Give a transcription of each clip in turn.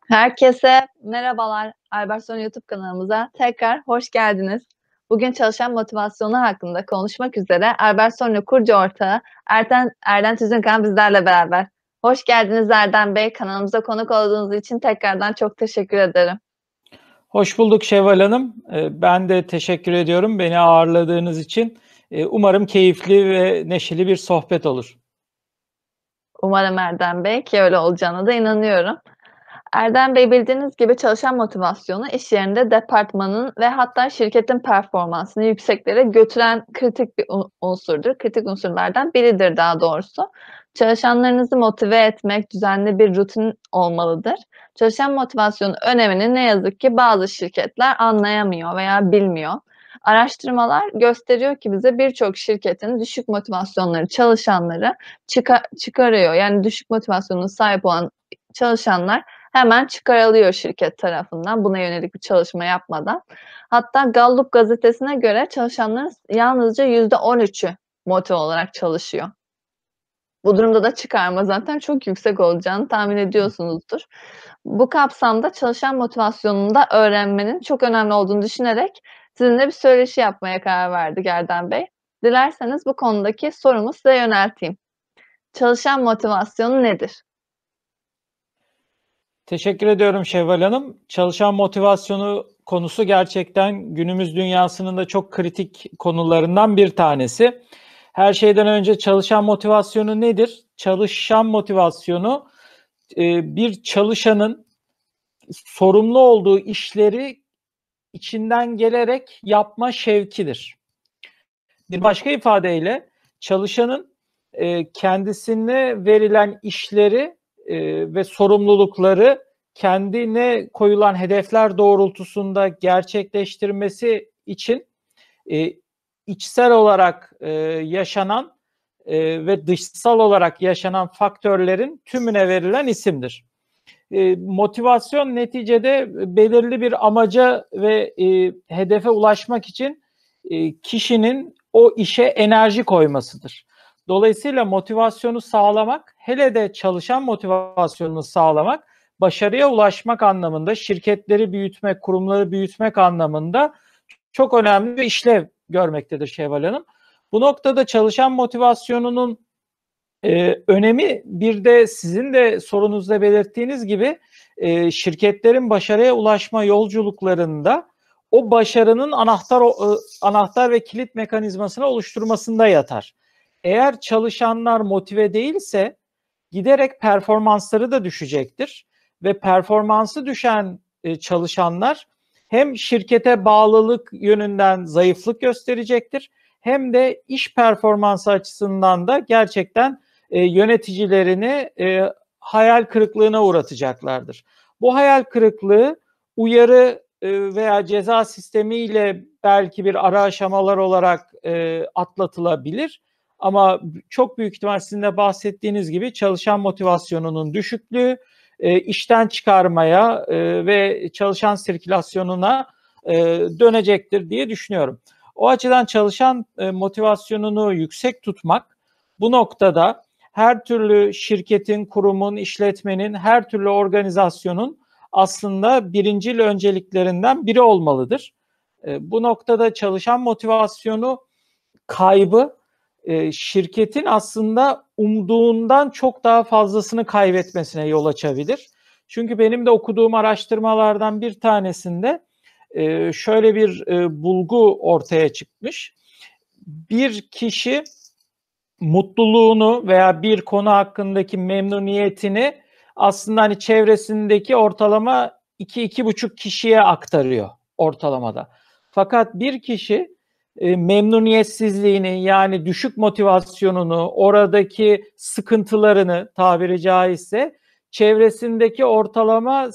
Herkese merhabalar. Albertson YouTube kanalımıza tekrar hoş geldiniz. Bugün çalışan motivasyonu hakkında konuşmak üzere Albertson'la kurucu ortağı Erden Tüzünkan bizlerle beraber. Hoş geldiniz Erdem Bey. Kanalımıza konuk olduğunuz için tekrardan çok teşekkür ederim. Hoş bulduk Şevval Hanım. Ben de teşekkür ediyorum beni ağırladığınız için. Umarım keyifli ve neşeli bir sohbet olur. Umarım Erdem Bey ki öyle olacağına da inanıyorum. Erdem Bey bildiğiniz gibi çalışan motivasyonu iş yerinde departmanın ve hatta şirketin performansını yükseklere götüren kritik bir unsurdur. Kritik unsurlardan biridir daha doğrusu. Çalışanlarınızı motive etmek düzenli bir rutin olmalıdır. Çalışan motivasyonu önemini ne yazık ki bazı şirketler anlayamıyor veya bilmiyor. Araştırmalar gösteriyor ki bize birçok şirketin düşük motivasyonları çalışanları çıkarıyor. Yani düşük motivasyonuna sahip olan çalışanlar hemen çıkarılıyor şirket tarafından buna yönelik bir çalışma yapmadan. Hatta Gallup gazetesine göre çalışanların yalnızca %13'ü motive olarak çalışıyor. Bu durumda da çıkarma zaten çok yüksek olacağını tahmin ediyorsunuzdur. Bu kapsamda çalışan motivasyonunu da öğrenmenin çok önemli olduğunu düşünerek sizinle bir söyleşi yapmaya karar verdik Erdem Bey. Dilerseniz bu konudaki sorumu size yönelteyim. Çalışan motivasyonu nedir? Teşekkür ediyorum Şevval Hanım. Çalışan motivasyonu konusu gerçekten günümüz dünyasının da çok kritik konularından bir tanesi. Her şeyden önce çalışan motivasyonu nedir? Çalışan motivasyonu bir çalışanın sorumlu olduğu işleri içinden gelerek yapma şevkidir. Bir başka ifadeyle çalışanın kendisine verilen işleri ve sorumlulukları kendine koyulan hedefler doğrultusunda gerçekleştirmesi için içsel olarak yaşanan ve dışsal olarak yaşanan faktörlerin tümüne verilen isimdir. Motivasyon neticede belirli bir amaca ve hedefe ulaşmak için kişinin o işe enerji koymasıdır. Dolayısıyla motivasyonu sağlamak, hele de çalışan motivasyonunu sağlamak, başarıya ulaşmak anlamında, şirketleri büyütmek, kurumları büyütmek anlamında çok önemli bir işlev görmektedir Şevval Hanım. Bu noktada çalışan motivasyonunun önemi bir de sizin de sorunuzda belirttiğiniz gibi şirketlerin başarıya ulaşma yolculuklarında o başarının anahtar ve kilit mekanizmasını oluşturmasında yatar. Eğer çalışanlar motive değilse giderek performansları da düşecektir ve performansı düşen çalışanlar hem şirkete bağlılık yönünden zayıflık gösterecektir hem de iş performansı açısından da gerçekten yöneticilerini hayal kırıklığına uğratacaklardır. Bu hayal kırıklığı uyarı veya ceza sistemiyle belki bir ara aşamalar olarak atlatılabilir. Ama çok büyük ihtimal sizin de bahsettiğiniz gibi çalışan motivasyonunun düşüklüğü işten çıkarmaya ve çalışan sirkülasyonuna dönecektir diye düşünüyorum. O açıdan çalışan motivasyonunu yüksek tutmak bu noktada her türlü şirketin, kurumun, işletmenin, her türlü organizasyonun aslında birincil önceliklerinden biri olmalıdır. Bu noktada çalışan motivasyonu kaybı şirketin aslında umduğundan çok daha fazlasını kaybetmesine yol açabilir. Çünkü benim de okuduğum araştırmalardan bir tanesinde şöyle bir bulgu ortaya çıkmış. Bir kişi mutluluğunu veya bir konu hakkındaki memnuniyetini aslında hani çevresindeki ortalama 2-2,5 kişiye aktarıyor ortalamada. Fakat bir kişi memnuniyetsizliğini yani düşük motivasyonunu, oradaki sıkıntılarını tabiri caizse çevresindeki ortalama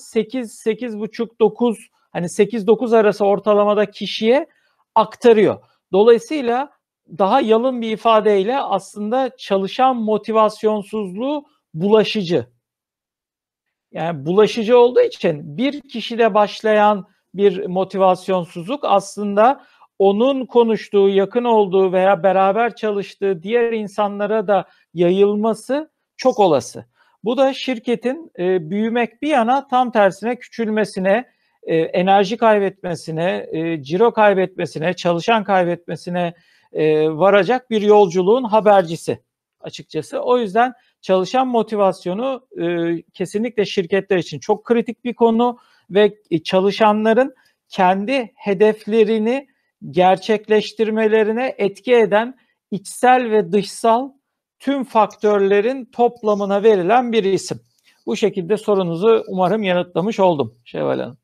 8-8,5-9 hani 8-9 arası ortalamada kişiye aktarıyor. Dolayısıyla daha yalın bir ifadeyle aslında çalışan motivasyonsuzluğu bulaşıcı. Yani bulaşıcı olduğu için bir kişide başlayan bir motivasyonsuzluk aslında onun konuştuğu, yakın olduğu veya beraber çalıştığı diğer insanlara da yayılması çok olası. Bu da şirketin büyümek bir yana tam tersine küçülmesine, enerji kaybetmesine, ciro kaybetmesine, çalışan kaybetmesine varacak bir yolculuğun habercisi açıkçası. O yüzden çalışan motivasyonu kesinlikle şirketler için çok kritik bir konu ve çalışanların kendi hedeflerini gerçekleştirmelerine etki eden içsel ve dışsal tüm faktörlerin toplamına verilen bir isim. Bu şekilde sorunuzu umarım yanıtlamış oldum Şevval Hanım.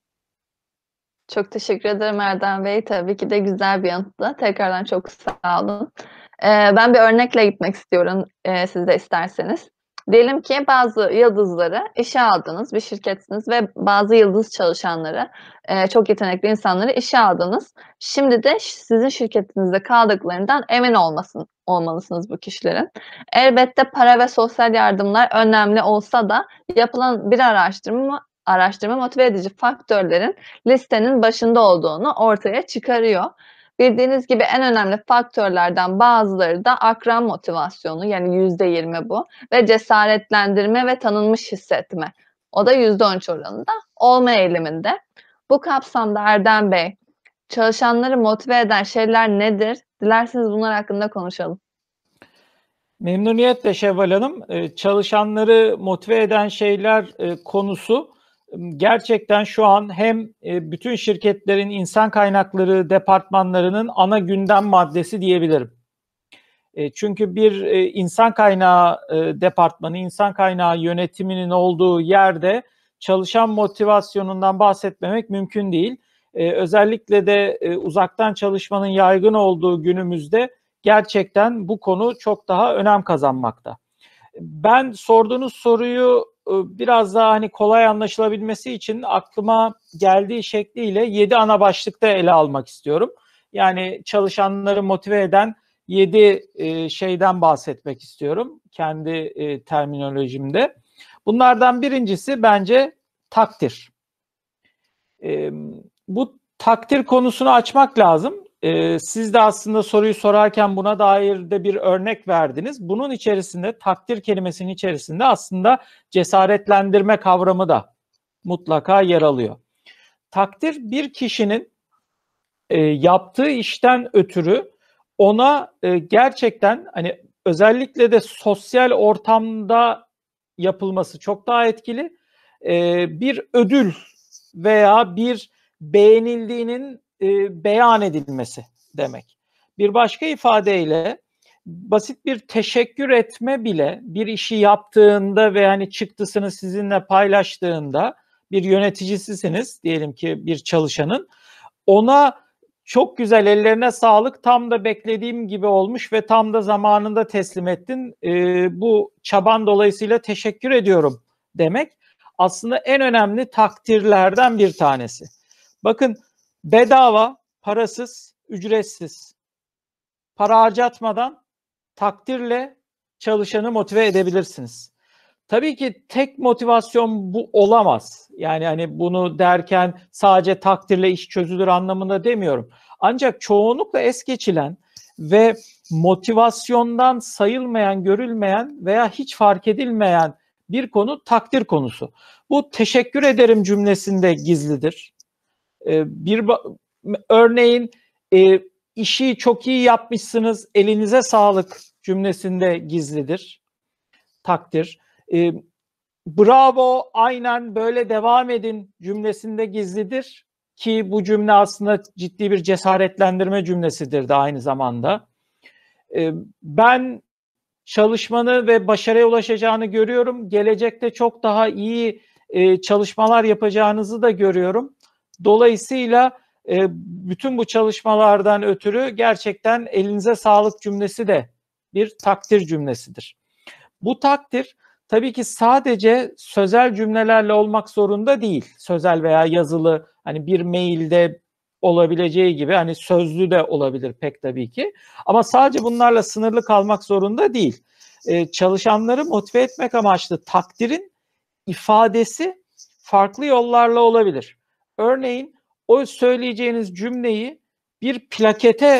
Çok teşekkür ederim Erdem Bey. Tabii ki de güzel bir yanıttı. Tekrardan çok sağ olun. Ben bir örnekle gitmek istiyorum, siz de isterseniz. Diyelim ki bazı yıldızları işe aldınız, bir şirketsiniz ve bazı yıldız çalışanları, çok yetenekli insanları işe aldınız. Şimdi de sizin şirketinizde kaldıklarından emin olmalısınız bu kişilerin. Elbette para ve sosyal yardımlar önemli olsa da yapılan bir araştırma motive edici faktörlerin listenin başında olduğunu ortaya çıkarıyor. Bildiğiniz gibi en önemli faktörlerden bazıları da akran motivasyonu, yani %20 bu ve cesaretlendirme ve tanınmış hissetme. O da %13 oranında olma eğiliminde. Bu kapsamda Erdem Bey, çalışanları motive eden şeyler nedir? Dilerseniz bunlar hakkında konuşalım. Memnuniyetle Şevval Hanım. Çalışanları motive eden şeyler konusu gerçekten şu an hem bütün şirketlerin insan kaynakları departmanlarının ana gündem maddesi diyebilirim. Çünkü bir insan kaynağı departmanı, insan kaynağı yönetiminin olduğu yerde çalışan motivasyonundan bahsetmemek mümkün değil. Özellikle de uzaktan çalışmanın yaygın olduğu günümüzde gerçekten bu konu çok daha önem kazanmakta. Ben sorduğunuz soruyu biraz daha hani kolay anlaşılabilmesi için aklıma geldiği şekliyle 7 ana başlıkta ele almak istiyorum. Yani çalışanları motive eden 7 şeyden bahsetmek istiyorum kendi terminolojimde. Bunlardan birincisi bence takdir. Bu takdir konusunu açmak lazım. Siz de aslında soruyu sorarken buna dair de bir örnek verdiniz. Bunun içerisinde, takdir kelimesinin içerisinde aslında cesaretlendirme kavramı da mutlaka yer alıyor. Takdir bir kişinin yaptığı işten ötürü ona gerçekten hani özellikle de sosyal ortamda yapılması çok daha etkili. Bir ödül veya bir beğenildiğinin beyan edilmesi demek. Bir başka ifadeyle basit bir teşekkür etme bile bir işi yaptığında ve hani çıktısını sizinle paylaştığında bir yöneticisisiniz diyelim ki bir çalışanın ona çok güzel ellerine sağlık tam da beklediğim gibi olmuş ve tam da zamanında teslim ettin bu çaban dolayısıyla teşekkür ediyorum demek aslında en önemli takdirlerden bir tanesi. Bakın bedava, parasız, ücretsiz, para harcatmadan takdirle çalışanı motive edebilirsiniz. Tabii ki tek motivasyon bu olamaz. Yani hani bunu derken sadece takdirle iş çözülür anlamında demiyorum. Ancak çoğunlukla es geçilen ve motivasyondan sayılmayan, görülmeyen veya hiç fark edilmeyen bir konu takdir konusu. Bu teşekkür ederim cümlesinde gizlidir. Örneğin işi çok iyi yapmışsınız, elinize sağlık cümlesinde gizlidir takdir. Bravo, aynen böyle devam edin cümlesinde gizlidir ki bu cümle aslında ciddi bir cesaretlendirme cümlesidir de aynı zamanda. Ben çalışmanı ve başarıya ulaşacağını görüyorum. Gelecekte çok daha iyi çalışmalar yapacağınızı da görüyorum. Dolayısıyla bütün bu çalışmalardan ötürü gerçekten elinize sağlık cümlesi de bir takdir cümlesidir. Bu takdir tabii ki sadece sözel cümlelerle olmak zorunda değil. Sözel veya yazılı hani bir mailde olabileceği gibi hani sözlü de olabilir pek tabii ki. Ama sadece bunlarla sınırlı kalmak zorunda değil. Çalışanları motive etmek amaçlı takdirin ifadesi farklı yollarla olabilir. Örneğin o söyleyeceğiniz cümleyi bir plakete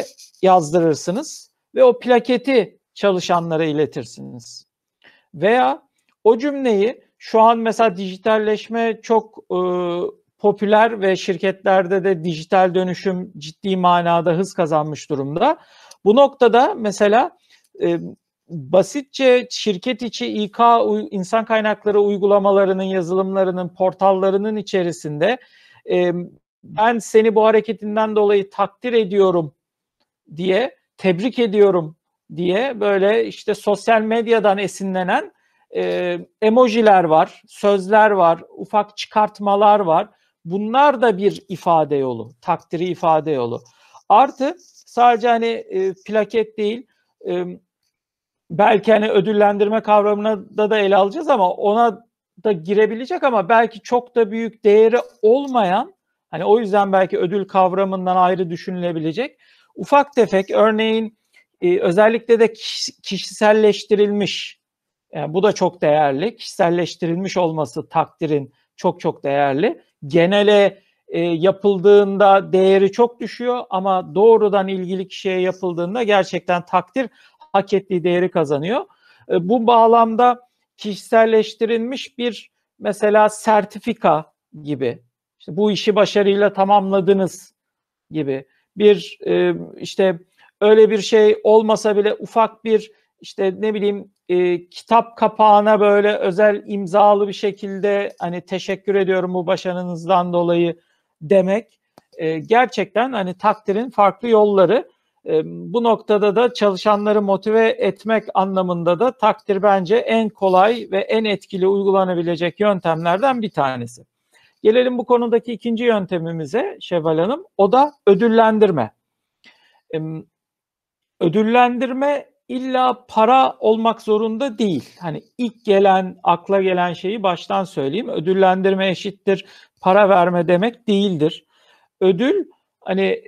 yazdırırsınız ve o plaketi çalışanlara iletirsiniz. Veya o cümleyi şu an mesela dijitalleşme çok popüler ve şirketlerde de dijital dönüşüm ciddi manada hız kazanmış durumda. Bu noktada mesela basitçe şirket içi İK, insan kaynakları uygulamalarının, yazılımlarının, portallarının içerisinde ben seni bu hareketinden dolayı takdir ediyorum diye, tebrik ediyorum diye böyle işte sosyal medyadan esinlenen emojiler var, sözler var, ufak çıkartmalar var. Bunlar da bir ifade yolu, takdiri ifade yolu. Artı sadece hani plaket değil, belki hani ödüllendirme kavramına da ele alacağız ama ona da girebilecek ama belki çok da büyük değeri olmayan, hani o yüzden belki ödül kavramından ayrı düşünülebilecek ufak tefek, örneğin özellikle de kişiselleştirilmiş, yani bu da çok değerli, kişiselleştirilmiş olması takdirin çok çok değerli. Genele yapıldığında değeri çok düşüyor ama doğrudan ilgili kişiye yapıldığında gerçekten takdir hak ettiği değeri kazanıyor. Bu bağlamda kişiselleştirilmiş bir mesela sertifika gibi, işte bu işi başarıyla tamamladınız gibi bir işte öyle bir şey olmasa bile ufak bir işte ne bileyim kitap kapağına böyle özel imzalı bir şekilde hani teşekkür ediyorum bu başarınızdan dolayı demek gerçekten hani takdirin farklı yolları. Bu noktada da çalışanları motive etmek anlamında da takdir bence en kolay ve en etkili uygulanabilecek yöntemlerden bir tanesi. Gelelim bu konudaki ikinci yöntemimize Şevval Hanım. O da ödüllendirme. Ödüllendirme illa para olmak zorunda değil. Hani ilk gelen, akla gelen şeyi baştan söyleyeyim. Ödüllendirme eşittir para verme demek değildir. Ödül hani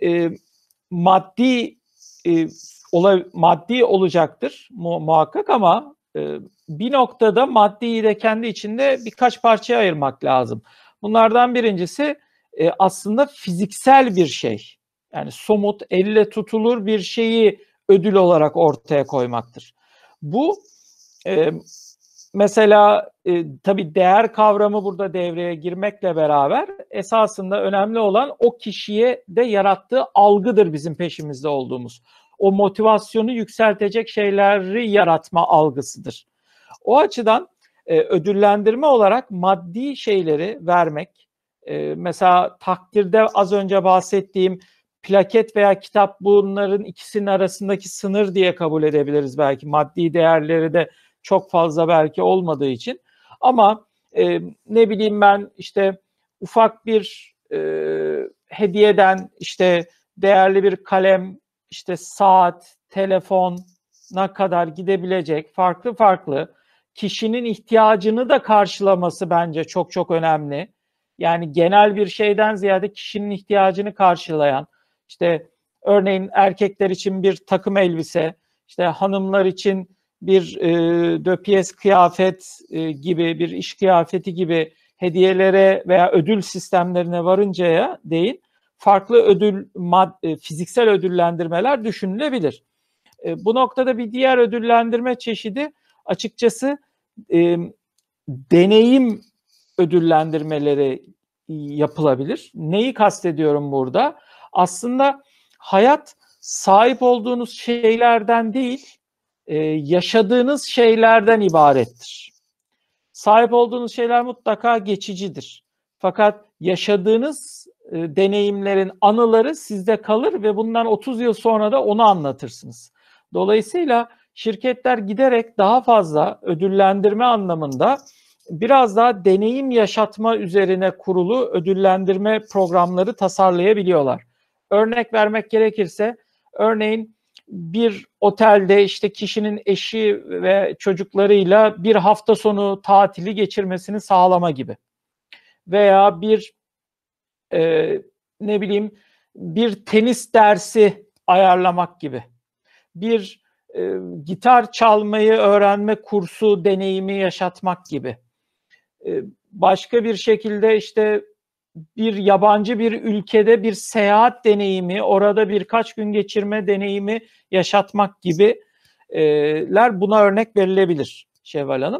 maddi olacaktır muhakkak ama bir noktada maddiyi de kendi içinde birkaç parçaya ayırmak lazım. Bunlardan birincisi aslında fiziksel bir şey. Yani somut, elle tutulur bir şeyi ödül olarak ortaya koymaktır. Bu mesela tabii değer kavramı burada devreye girmekle beraber esasında önemli olan o kişiye de yarattığı algıdır bizim peşimizde olduğumuz. O motivasyonu yükseltecek şeyleri yaratma algısıdır. O açıdan ödüllendirme olarak maddi şeyleri vermek, mesela takdirde az önce bahsettiğim plaket veya kitap bunların ikisinin arasındaki sınır diye kabul edebiliriz belki. Maddi değerleri de çok fazla belki olmadığı için. Ama ne bileyim ben işte ufak bir hediyeden işte değerli bir kalem, işte saat, telefona kadar gidebilecek farklı farklı kişinin ihtiyacını da karşılaması bence çok çok önemli. Yani genel bir şeyden ziyade kişinin ihtiyacını karşılayan, işte örneğin erkekler için bir takım elbise, işte hanımlar için bir döpiyes kıyafet gibi, bir iş kıyafeti gibi hediyelere veya ödül sistemlerine varıncaya değil, farklı fiziksel ödüllendirmeler düşünülebilir. Bu noktada bir diğer ödüllendirme çeşidi açıkçası deneyim ödüllendirmeleri yapılabilir. Neyi kastediyorum burada? Aslında hayat sahip olduğunuz şeylerden değil, yaşadığınız şeylerden ibarettir. Sahip olduğunuz şeyler mutlaka geçicidir. Fakat yaşadığınız deneyimlerin anıları sizde kalır ve bundan 30 yıl sonra da onu anlatırsınız. Dolayısıyla şirketler giderek daha fazla ödüllendirme anlamında biraz daha deneyim yaşatma üzerine kurulu ödüllendirme programları tasarlayabiliyorlar. Örnek vermek gerekirse, örneğin bir otelde işte kişinin eşi ve çocuklarıyla bir hafta sonu tatili geçirmesini sağlama gibi. Veya bir ne bileyim bir tenis dersi ayarlamak gibi. Bir gitar çalmayı öğrenme kursu deneyimi yaşatmak gibi. Başka bir şekilde işte bir yabancı bir ülkede bir seyahat deneyimi, orada birkaç gün geçirme deneyimi yaşatmak gibiler buna örnek verilebilir Şevval Hanım.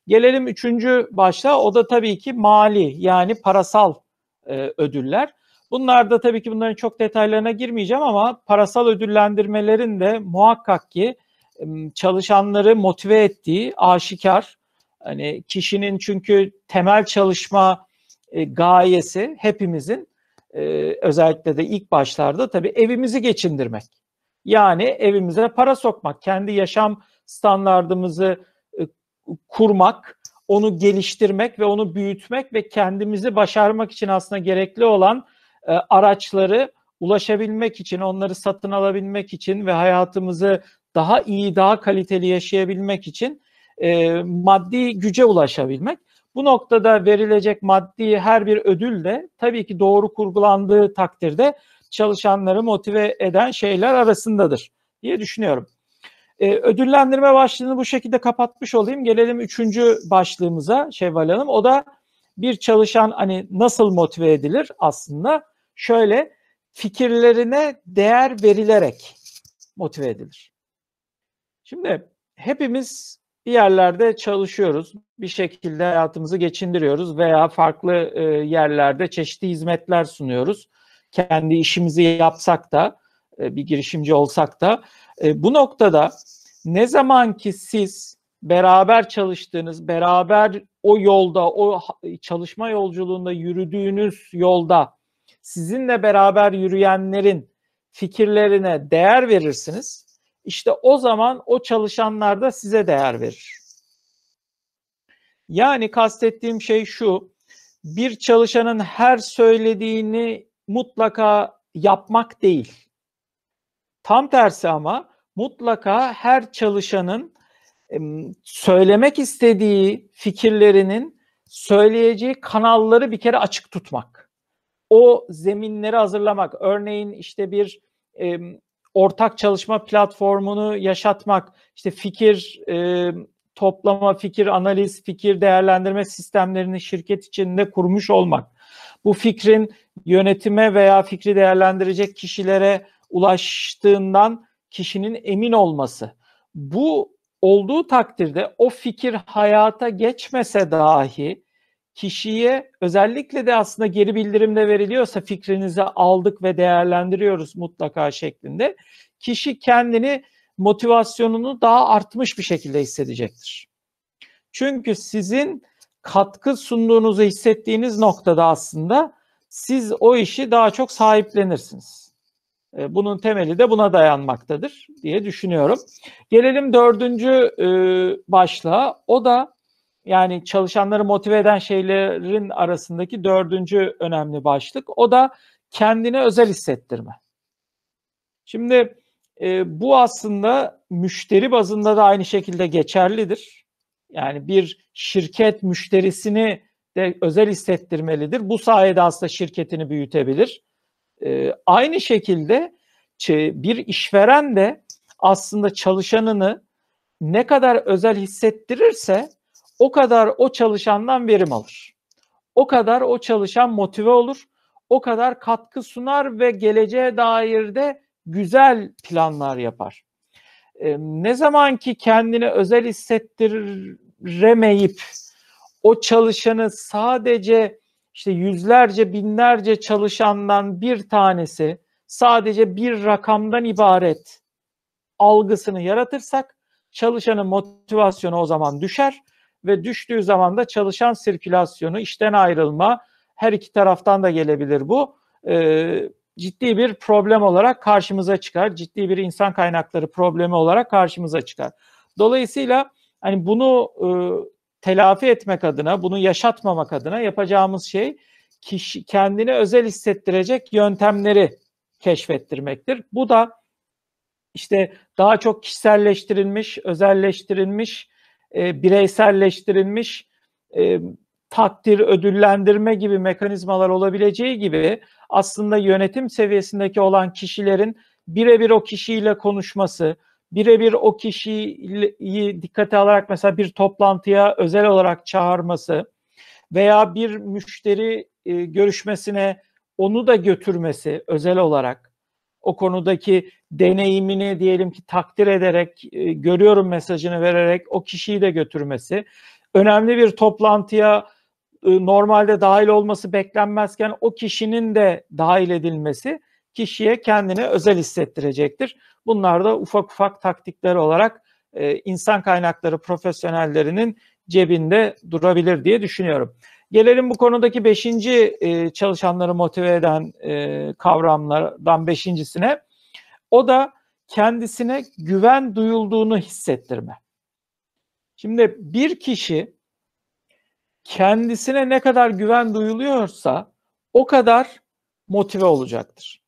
Gelelim üçüncü başlığa, o da tabii ki mali, yani parasal ödüller. Bunlar da tabii ki bunların çok detaylarına girmeyeceğim ama parasal ödüllendirmelerin de muhakkak ki çalışanları motive ettiği aşikar. Hani kişinin çünkü temel çalışma gayesi hepimizin, özellikle de ilk başlarda tabii evimizi geçindirmek. Yani evimize para sokmak, kendi yaşam standardımızı kurmak, onu geliştirmek ve onu büyütmek ve kendimizi başarmak için aslında gerekli olan araçları ulaşabilmek için, onları satın alabilmek için ve hayatımızı daha iyi, daha kaliteli yaşayabilmek için maddi güce ulaşabilmek. Bu noktada verilecek maddi her bir ödül de tabii ki doğru kurgulandığı takdirde çalışanları motive eden şeyler arasındadır diye düşünüyorum. Ödüllendirme başlığını bu şekilde kapatmış olayım. Gelelim üçüncü başlığımıza Şevval Hanım. O da bir çalışan hani nasıl motive edilir aslında? Şöyle, fikirlerine değer verilerek motive edilir. Şimdi hepimiz bir yerlerde çalışıyoruz. Bir şekilde hayatımızı geçindiriyoruz veya farklı yerlerde çeşitli hizmetler sunuyoruz. Kendi işimizi yapsak da, bir girişimci olsak da. Bu noktada ne zaman ki siz beraber çalıştığınız, beraber o yolda, o çalışma yolculuğunda yürüdüğünüz yolda sizinle beraber yürüyenlerin fikirlerine değer verirsiniz. İşte o zaman o çalışanlar da size değer verir. Yani kastettiğim şey şu: bir çalışanın her söylediğini mutlaka yapmak değil. Tam tersi ama mutlaka her çalışanın söylemek istediği fikirlerinin söyleyeceği kanalları bir kere açık tutmak. O zeminleri hazırlamak. Örneğin işte bir ortak çalışma platformunu yaşatmak, işte fikir toplama, fikir analiz, fikir değerlendirme sistemlerini şirket içinde kurmuş olmak. Bu fikrin yönetime veya fikri değerlendirecek kişilere ulaştığından kişinin emin olması. Bu olduğu takdirde o fikir hayata geçmese dahi kişiye, özellikle de aslında geri bildirimde veriliyorsa fikrinizi aldık ve değerlendiriyoruz mutlaka şeklinde, kişi kendini, motivasyonunu daha artmış bir şekilde hissedecektir. Çünkü sizin katkı sunduğunuzu hissettiğiniz noktada aslında siz o işi daha çok sahiplenirsiniz. Bunun temeli de buna dayanmaktadır diye düşünüyorum. Gelelim dördüncü başlığa. O da yani çalışanları motive eden şeylerin arasındaki dördüncü önemli başlık. O da kendine özel hissettirme. Şimdi bu aslında müşteri bazında da aynı şekilde geçerlidir. Yani bir şirket müşterisini de özel hissettirmelidir. Bu sayede aslında şirketini büyütebilir. Aynı şekilde bir işveren de aslında çalışanını ne kadar özel hissettirirse o kadar o çalışandan verim alır. O kadar o çalışan motive olur, o kadar katkı sunar ve geleceğe dair de güzel planlar yapar. Ne zaman ki kendini özel hissettiremeyip o çalışanı sadece işte yüzlerce, binlerce çalışandan bir tanesi, sadece bir rakamdan ibaret algısını yaratırsak çalışanın motivasyonu o zaman düşer ve düştüğü zaman da çalışan sirkülasyonu, işten ayrılma, her iki taraftan da gelebilir bu. Ciddi bir problem olarak karşımıza çıkar. Ciddi bir insan kaynakları problemi olarak karşımıza çıkar. Dolayısıyla hani bunu telafi etmek adına, bunu yaşatmamak adına yapacağımız şey kişi kendini özel hissettirecek yöntemleri keşfettirmektir. Bu da işte daha çok kişiselleştirilmiş, özelleştirilmiş, bireyselleştirilmiş takdir, ödüllendirme gibi mekanizmalar olabileceği gibi aslında yönetim seviyesindeki olan kişilerin birebir o kişiyle konuşması, birebir o kişiyi dikkate alarak mesela bir toplantıya özel olarak çağırması veya bir müşteri görüşmesine onu da götürmesi özel olarak, o konudaki deneyimini diyelim ki takdir ederek, görüyorum mesajını vererek o kişiyi de götürmesi, önemli bir toplantıya normalde dahil olması beklenmezken o kişinin de dahil edilmesi kişiye kendini özel hissettirecektir. Bunlar da ufak ufak taktikler olarak insan kaynakları profesyonellerinin cebinde durabilir diye düşünüyorum. Gelelim bu konudaki 5. çalışanları motive eden kavramlardan 5.'sine. O da kendisine güven duyulduğunu hissettirme. Şimdi bir kişi kendisine ne kadar güven duyuluyorsa o kadar motive olacaktır.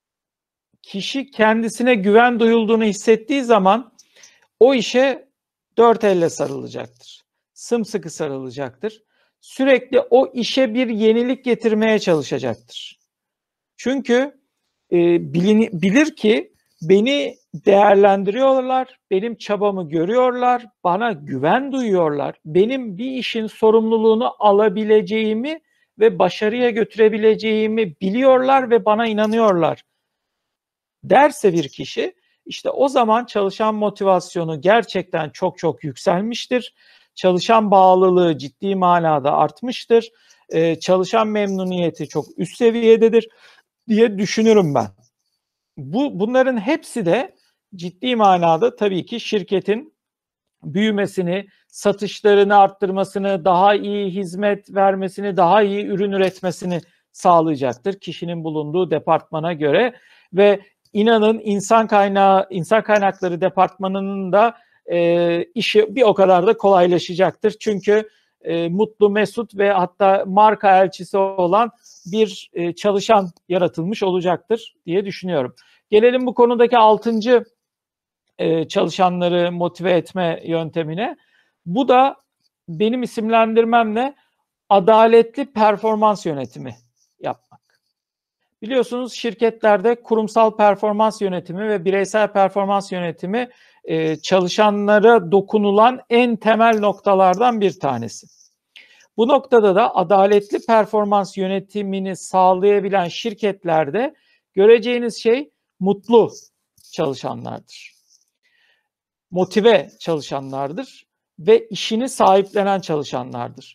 Kişi kendisine güven duyulduğunu hissettiği zaman o işe dört elle sarılacaktır. Sımsıkı sarılacaktır. Sürekli o işe bir yenilik getirmeye çalışacaktır. Çünkü bilir ki beni değerlendiriyorlar, benim çabamı görüyorlar, bana güven duyuyorlar, benim bir işin sorumluluğunu alabileceğimi ve başarıya götürebileceğimi biliyorlar ve bana inanıyorlar derse bir kişi, işte o zaman çalışan motivasyonu gerçekten çok çok yükselmiştir. Çalışan bağlılığı ciddi manada artmıştır. Çalışan memnuniyeti çok üst seviyededir diye düşünürüm ben. Bunların hepsi de ciddi manada tabii ki şirketin büyümesini, satışlarını arttırmasını, daha iyi hizmet vermesini, daha iyi ürün üretmesini sağlayacaktır kişinin bulunduğu departmana göre ve inanın insan kaynakları departmanının da işi bir o kadar da kolaylaşacaktır. Çünkü mutlu, mesut ve hatta marka elçisi olan bir çalışan yaratılmış olacaktır diye düşünüyorum. Gelelim bu konudaki 6. çalışanları motive etme yöntemine. Bu da benim isimlendirmemle adaletli performans yönetimi yapmak. Biliyorsunuz şirketlerde kurumsal performans yönetimi ve bireysel performans yönetimi çalışanlara dokunulan en temel noktalardan bir tanesi. Bu noktada da adaletli performans yönetimini sağlayabilen şirketlerde göreceğiniz şey mutlu çalışanlardır. Motive çalışanlardır ve işini sahiplenen çalışanlardır.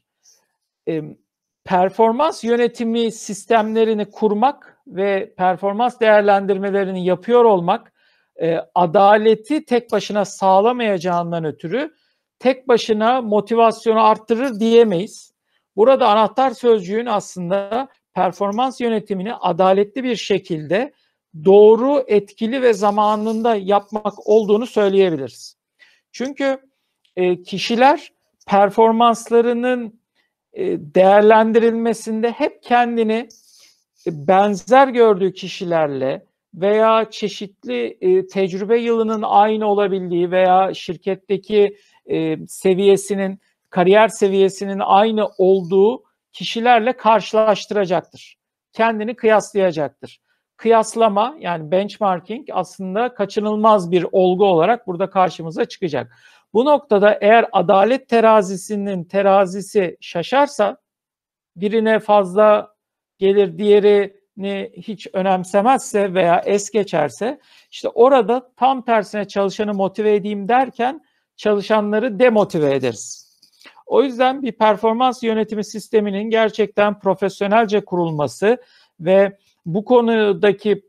Performans yönetimi sistemlerini kurmak ve performans değerlendirmelerini yapıyor olmak adaleti tek başına sağlamayacağından ötürü tek başına motivasyonu arttırır diyemeyiz. Burada anahtar sözcüğün aslında performans yönetimini adaletli bir şekilde doğru, etkili ve zamanında yapmak olduğunu söyleyebiliriz. Çünkü kişiler performanslarının değerlendirilmesinde hep kendini benzer gördüğü kişilerle veya çeşitli tecrübe yılının aynı olabildiği veya şirketteki seviyesinin, kariyer seviyesinin aynı olduğu kişilerle karşılaştıracaktır. Kendini kıyaslayacaktır. Kıyaslama yani benchmarking aslında kaçınılmaz bir olgu olarak burada karşımıza çıkacak. Bu noktada eğer adalet terazisinin terazisi şaşarsa, birine fazla gelir diğerini hiç önemsemezse veya es geçerse, işte orada tam tersine çalışanı motive edeyim derken çalışanları demotive ederiz. O yüzden bir performans yönetimi sisteminin gerçekten profesyonelce kurulması ve bu konudaki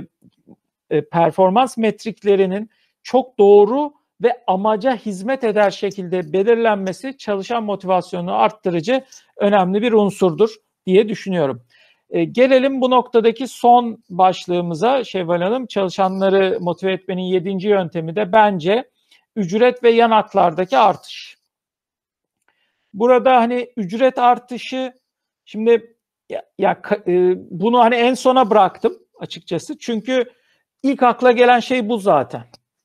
performans metriklerinin çok doğru ve amaca hizmet eder şekilde belirlenmesi çalışan motivasyonunu arttırıcı önemli bir unsurdur diye düşünüyorum. Gelelim bu noktadaki son başlığımıza Şevval Hanım. Çalışanları motive etmenin 7. yöntemi de bence ücret ve yan haklardaki artış. Burada hani ücret artışı, şimdi bunu hani en sona bıraktım açıkçası. Çünkü ilk akla gelen şey bu zaten.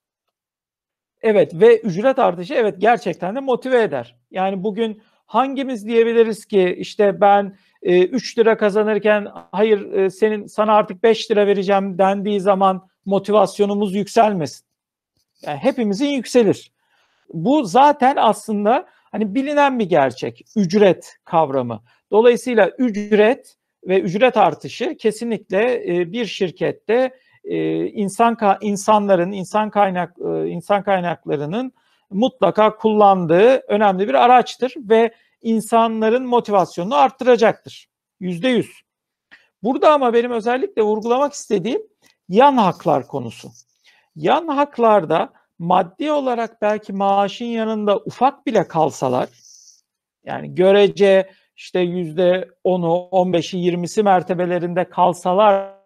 Evet ve ücret artışı evet gerçekten de motive eder. Yani bugün hangimiz diyebiliriz ki işte ben 3 lira kazanırken hayır sana artık 5 lira vereceğim dendiği zaman motivasyonumuz yükselmesin. Yani hepimizin yükselir. Bu zaten aslında hani bilinen bir gerçek, ücret kavramı. Dolayısıyla ücret ve ücret artışı kesinlikle bir şirkette insan kaynaklarının mutlaka kullandığı önemli bir araçtır ve insanların motivasyonunu arttıracaktır. %100. Burada ama benim özellikle vurgulamak istediğim yan haklar konusu. Yan haklarda maddi olarak belki maaşın yanında ufak bile kalsalar, yani görece işte %10'u, 15'i, 20'si mertebelerinde kalsalar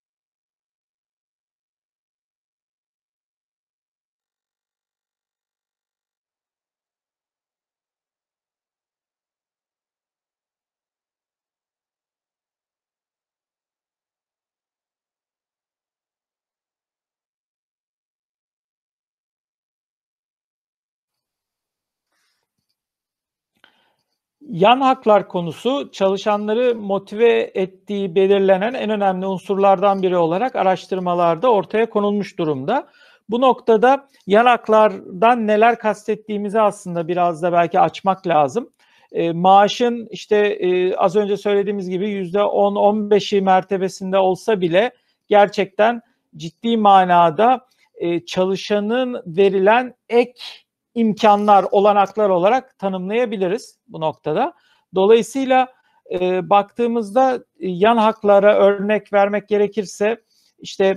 yan haklar konusu çalışanları motive ettiği belirlenen en önemli unsurlardan biri olarak araştırmalarda ortaya konulmuş durumda. Bu noktada yan haklardan neler kastettiğimizi aslında biraz da belki açmak lazım. Maaşın işte az önce söylediğimiz gibi %10-15'i mertebesinde olsa bile gerçekten ciddi manada çalışanın verilen ek imkanlar, olanaklar olarak tanımlayabiliriz bu noktada. Dolayısıyla baktığımızda yan haklara örnek vermek gerekirse işte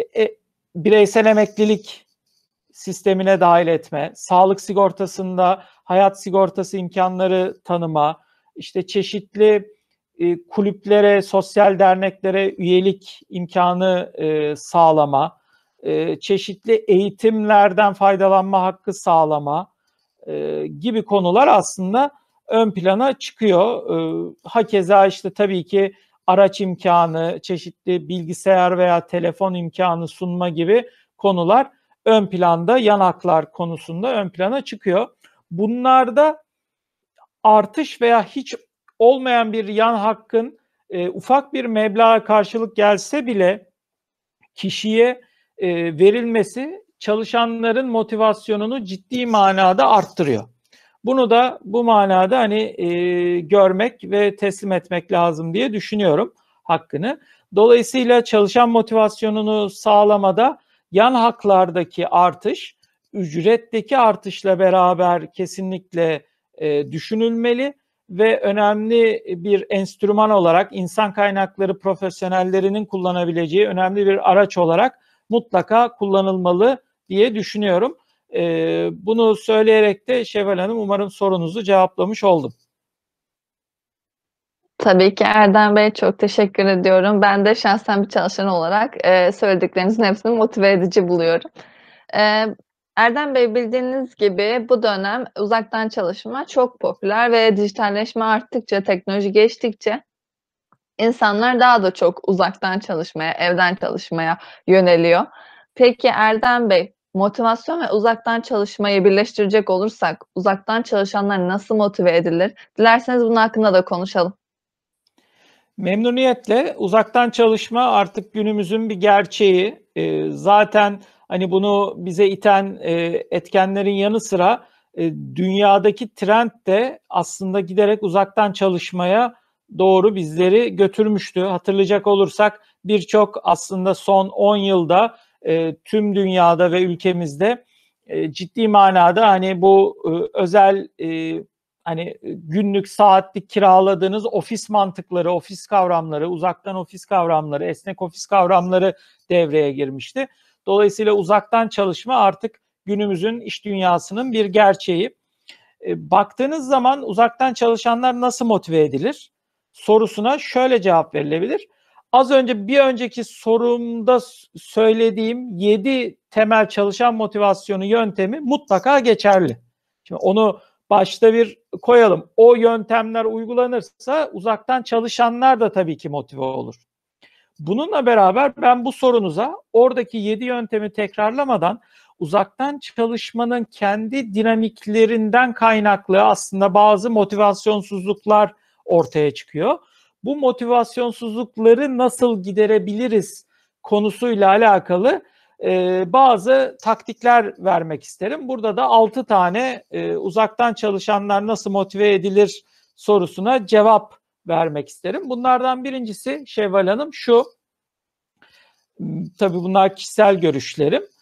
bireysel emeklilik sistemine dahil etme, sağlık sigortasında hayat sigortası imkanları tanıma, işte çeşitli kulüplere, sosyal derneklere üyelik imkanı sağlama, çeşitli eğitimlerden faydalanma hakkı sağlama gibi konular aslında ön plana çıkıyor. Hakeza işte tabii ki araç imkanı, çeşitli bilgisayar veya telefon imkanı sunma gibi konular ön planda, yan haklar konusunda ön plana çıkıyor. Bunlarda artış veya hiç olmayan bir yan hakkın ufak bir meblağa karşılık gelse bile kişiye verilmesi çalışanların motivasyonunu ciddi manada arttırıyor. Bunu da bu manada hani görmek ve teslim etmek lazım diye düşünüyorum hakkını. Dolayısıyla çalışan motivasyonunu sağlamada yan haklardaki artış, ücretteki artışla beraber kesinlikle düşünülmeli ve önemli bir enstrüman olarak insan kaynakları profesyonellerinin kullanabileceği önemli bir araç olarak mutlaka kullanılmalı diye düşünüyorum. Bunu söyleyerek de Şevval Hanım umarım sorunuzu cevaplamış oldum. Tabii ki Erdem Bey, çok teşekkür ediyorum. Ben de şahsen bir çalışan olarak, söylediklerinizin hepsini motive edici buluyorum. Eee, Erdem Bey, bildiğiniz gibi bu dönem uzaktan çalışma çok popüler ve dijitalleşme arttıkça, teknoloji geçtikçe insanlar daha da çok uzaktan çalışmaya, evden çalışmaya yöneliyor. Peki Erdem Bey, motivasyon ve uzaktan çalışmayı birleştirecek olursak uzaktan çalışanlar nasıl motive edilir? Dilerseniz bunun hakkında da konuşalım. Memnuniyetle uzaktan çalışma artık günümüzün bir gerçeği. Zaten hani bunu bize iten etkenlerin yanı sıra dünyadaki trend de aslında giderek uzaktan çalışmaya doğru bizleri götürmüştü. Hatırlayacak olursak birçok aslında son 10 yılda tüm dünyada ve ülkemizde ciddi manada hani bu özel hani günlük, saatlik kiraladığınız ofis mantıkları, ofis kavramları, uzaktan ofis kavramları, esnek ofis kavramları devreye girmişti. Dolayısıyla uzaktan çalışma artık günümüzün iş dünyasının bir gerçeği. Baktığınız zaman uzaktan çalışanlar nasıl motive edilir sorusuna şöyle cevap verilebilir. Az önce bir önceki sorumda söylediğim 7 temel çalışan motivasyonu yöntemi mutlaka geçerli. Şimdi onu başta bir koyalım. O yöntemler uygulanırsa uzaktan çalışanlar da tabii ki motive olur. Bununla beraber ben bu sorunuza oradaki 7 yöntemi tekrarlamadan uzaktan çalışmanın kendi dinamiklerinden kaynaklı aslında bazı motivasyonsuzluklar ortaya çıkıyor. Bu motivasyonsuzlukları nasıl giderebiliriz konusuyla alakalı bazı taktikler vermek isterim. Burada da 6 tane uzaktan çalışanlar nasıl motive edilir sorusuna cevap vermek isterim. Bunlardan birincisi Şevval Hanım şu, tabii bunlar kişisel görüşlerim.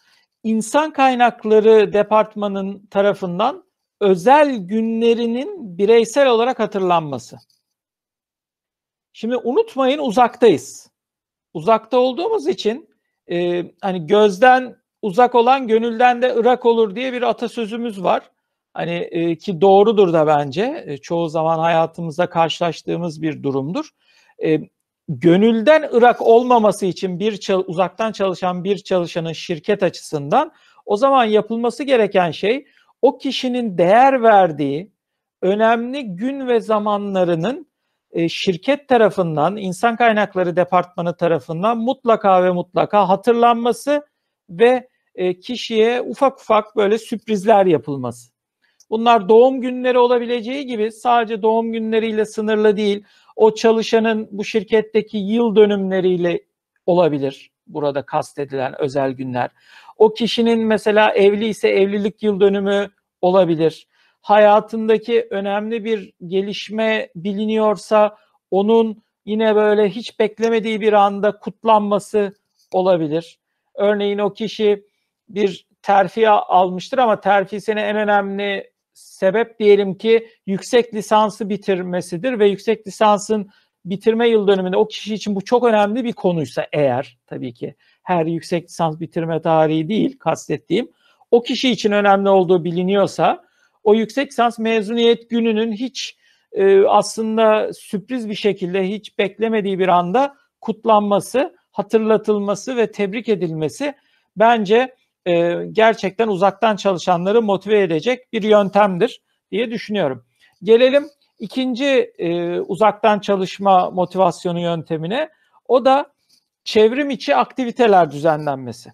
insan kaynakları departmanının tarafından özel günlerinin bireysel olarak hatırlanması. Şimdi unutmayın, uzaktayız. Uzakta olduğumuz için hani gözden uzak olan gönülden de ırak olur diye bir atasözümüz var. Hani ki doğrudur da bence. Çoğu zaman hayatımızda karşılaştığımız bir durumdur. Gönülden ırak olmaması için uzaktan çalışan bir çalışanın şirket açısından o zaman yapılması gereken şey, o kişinin değer verdiği önemli gün ve zamanlarının şirket tarafından, insan kaynakları departmanı tarafından mutlaka ve mutlaka hatırlanması ve kişiye ufak ufak böyle sürprizler yapılması. Bunlar doğum günleri olabileceği gibi sadece doğum günleriyle sınırlı değil. O çalışanın bu şirketteki yıl dönümleriyle olabilir burada kastedilen özel günler. O kişinin mesela evli ise evlilik yıl dönümü olabilir. Hayatındaki önemli bir gelişme biliniyorsa onun yine böyle hiç beklemediği bir anda kutlanması olabilir. Örneğin o kişi bir terfi almıştır ama terfisine en önemli sebep diyelim ki yüksek lisansı bitirmesidir ve yüksek lisansın bitirme yıl dönümünde o kişi için bu çok önemli bir konuysa eğer, tabii ki her yüksek lisans bitirme tarihi değil kastettiğim, o kişi için önemli olduğu biliniyorsa o yüksek lisans mezuniyet gününün hiç aslında sürpriz bir şekilde hiç beklemediği bir anda kutlanması, hatırlatılması ve tebrik edilmesi bence gerçekten uzaktan çalışanları motive edecek bir yöntemdir diye düşünüyorum. Gelelim ikinci uzaktan çalışma motivasyonu yöntemine. O da çevrim içi aktiviteler düzenlenmesi.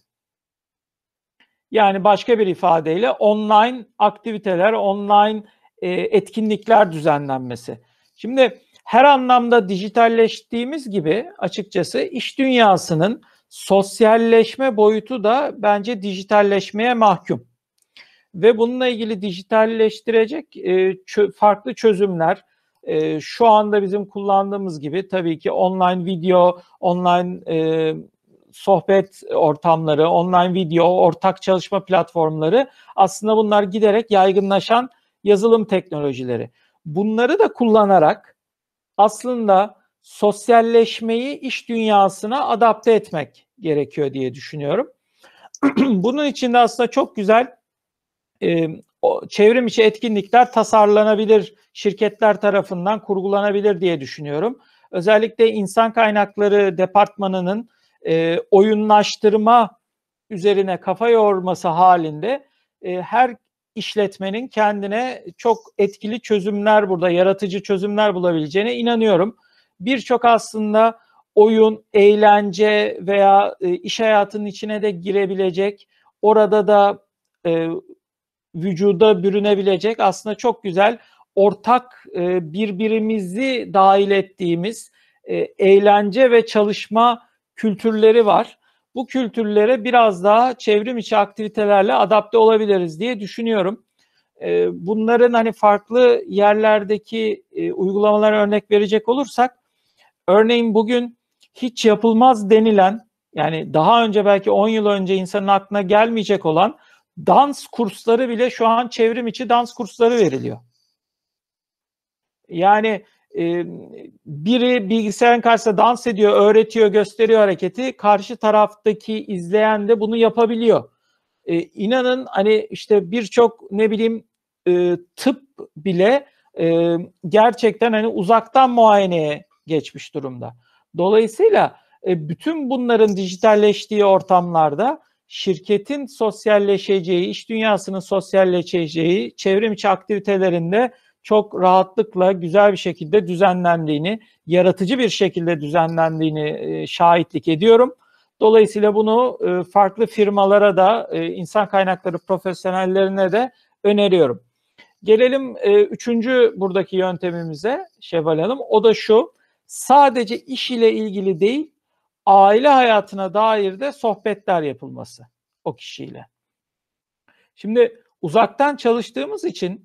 Yani başka bir ifadeyle online aktiviteler, online etkinlikler düzenlenmesi. Şimdi her anlamda dijitalleştiğimiz gibi açıkçası iş dünyasının sosyalleşme boyutu da bence dijitalleşmeye mahkum. Ve bununla ilgili dijitalleştirecek farklı çözümler, şu anda bizim kullandığımız gibi tabii ki online video, online sohbet ortamları, online video, ortak çalışma platformları, aslında bunlar giderek yaygınlaşan yazılım teknolojileri. Bunları da kullanarak aslında sosyalleşmeyi iş dünyasına adapte etmek gerekiyor diye düşünüyorum. Bunun için de aslında çok güzel çevrim içi etkinlikler tasarlanabilir, şirketler tarafından kurgulanabilir diye düşünüyorum. Özellikle insan kaynakları departmanının oyunlaştırma üzerine kafa yorması halinde her işletmenin kendine çok etkili çözümler, burada yaratıcı çözümler bulabileceğine inanıyorum. Birçok aslında oyun, eğlence veya iş hayatının içine de girebilecek, orada da vücuda bürünebilecek aslında çok güzel ortak birbirimizi dahil ettiğimiz eğlence ve çalışma kültürleri var. Bu kültürlere biraz daha çevrim içi aktivitelerle adapte olabiliriz diye düşünüyorum. Bunların hani farklı yerlerdeki uygulamalara örnek verecek olursak, örneğin bugün hiç yapılmaz denilen, yani daha önce belki 10 yıl önce insanın aklına gelmeyecek olan dans kursları bile şu an çevrim içi dans kursları veriliyor. Yani biri bilgisayarın karşısında dans ediyor, öğretiyor, gösteriyor hareketi. Karşı taraftaki izleyen de bunu yapabiliyor. İnanın hani işte birçok ne bileyim tıp bile gerçekten hani uzaktan muayeneye geçmiş durumda. Dolayısıyla bütün bunların dijitalleştiği ortamlarda şirketin sosyalleşeceği, iş dünyasının sosyalleşeceği çevrim içi aktivitelerinde çok rahatlıkla güzel bir şekilde düzenlendiğini, yaratıcı bir şekilde düzenlendiğini şahitlik ediyorum. Dolayısıyla bunu farklı firmalara da, insan kaynakları profesyonellerine de öneriyorum. Gelelim üçüncü buradaki yöntemimize Şevval Hanım. O da şu: sadece iş ile ilgili değil, aile hayatına dair de sohbetler yapılması o kişiyle. Şimdi uzaktan çalıştığımız için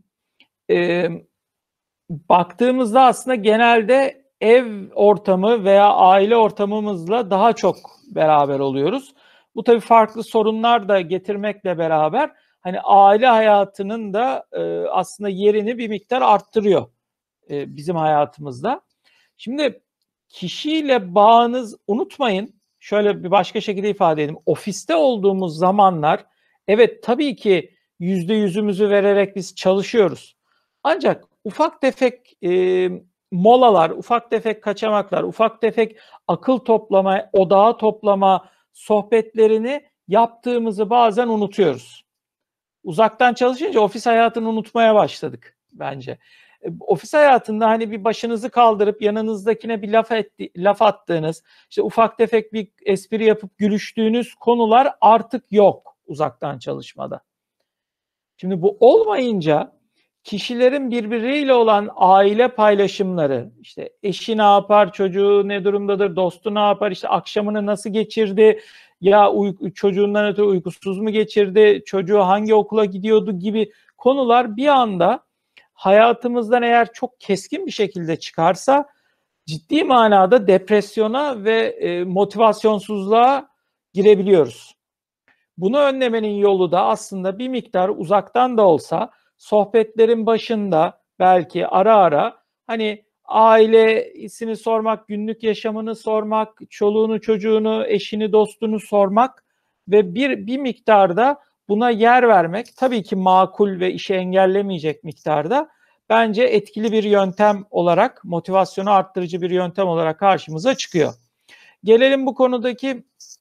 baktığımızda aslında genelde ev ortamı veya aile ortamımızla daha çok beraber oluyoruz. Bu tabii farklı sorunlar da getirmekle beraber hani aile hayatının da aslında yerini bir miktar arttırıyor bizim hayatımızda. Şimdi kişiyle bağınız, unutmayın, şöyle bir başka şekilde ifade edeyim. Ofiste olduğumuz zamanlar evet tabii ki %100'ümüzü vererek biz çalışıyoruz. Ancak ufak tefek molalar, ufak tefek kaçamaklar, ufak tefek akıl toplama, odağı toplama sohbetlerini yaptığımızı bazen unutuyoruz. Uzaktan çalışınca ofis hayatını unutmaya başladık bence. Ofis hayatında hani bir başınızı kaldırıp yanınızdakine bir laf attığınız, işte ufak tefek bir espri yapıp gülüştüğünüz konular artık yok uzaktan çalışmada. Şimdi bu olmayınca kişilerin birbiriyle olan aile paylaşımları, işte eşi ne yapar, çocuğu ne durumdadır, dostu ne yapar, işte akşamını nasıl geçirdi, ya çocuğundan ötürü uykusuz mu geçirdi, çocuğu hangi okula gidiyordu gibi konular bir anda hayatımızdan eğer çok keskin bir şekilde çıkarsa ciddi manada depresyona ve motivasyonsuzluğa girebiliyoruz. Bunu önlemenin yolu da aslında bir miktar uzaktan da olsa sohbetlerin başında belki ara ara hani ailesini sormak, günlük yaşamını sormak, çoluğunu, çocuğunu, eşini, dostunu sormak ve bir miktarda buna yer vermek, tabii ki makul ve işi engellemeyecek miktarda, bence etkili bir yöntem olarak, motivasyonu arttırıcı bir yöntem olarak karşımıza çıkıyor. Gelelim bu konudaki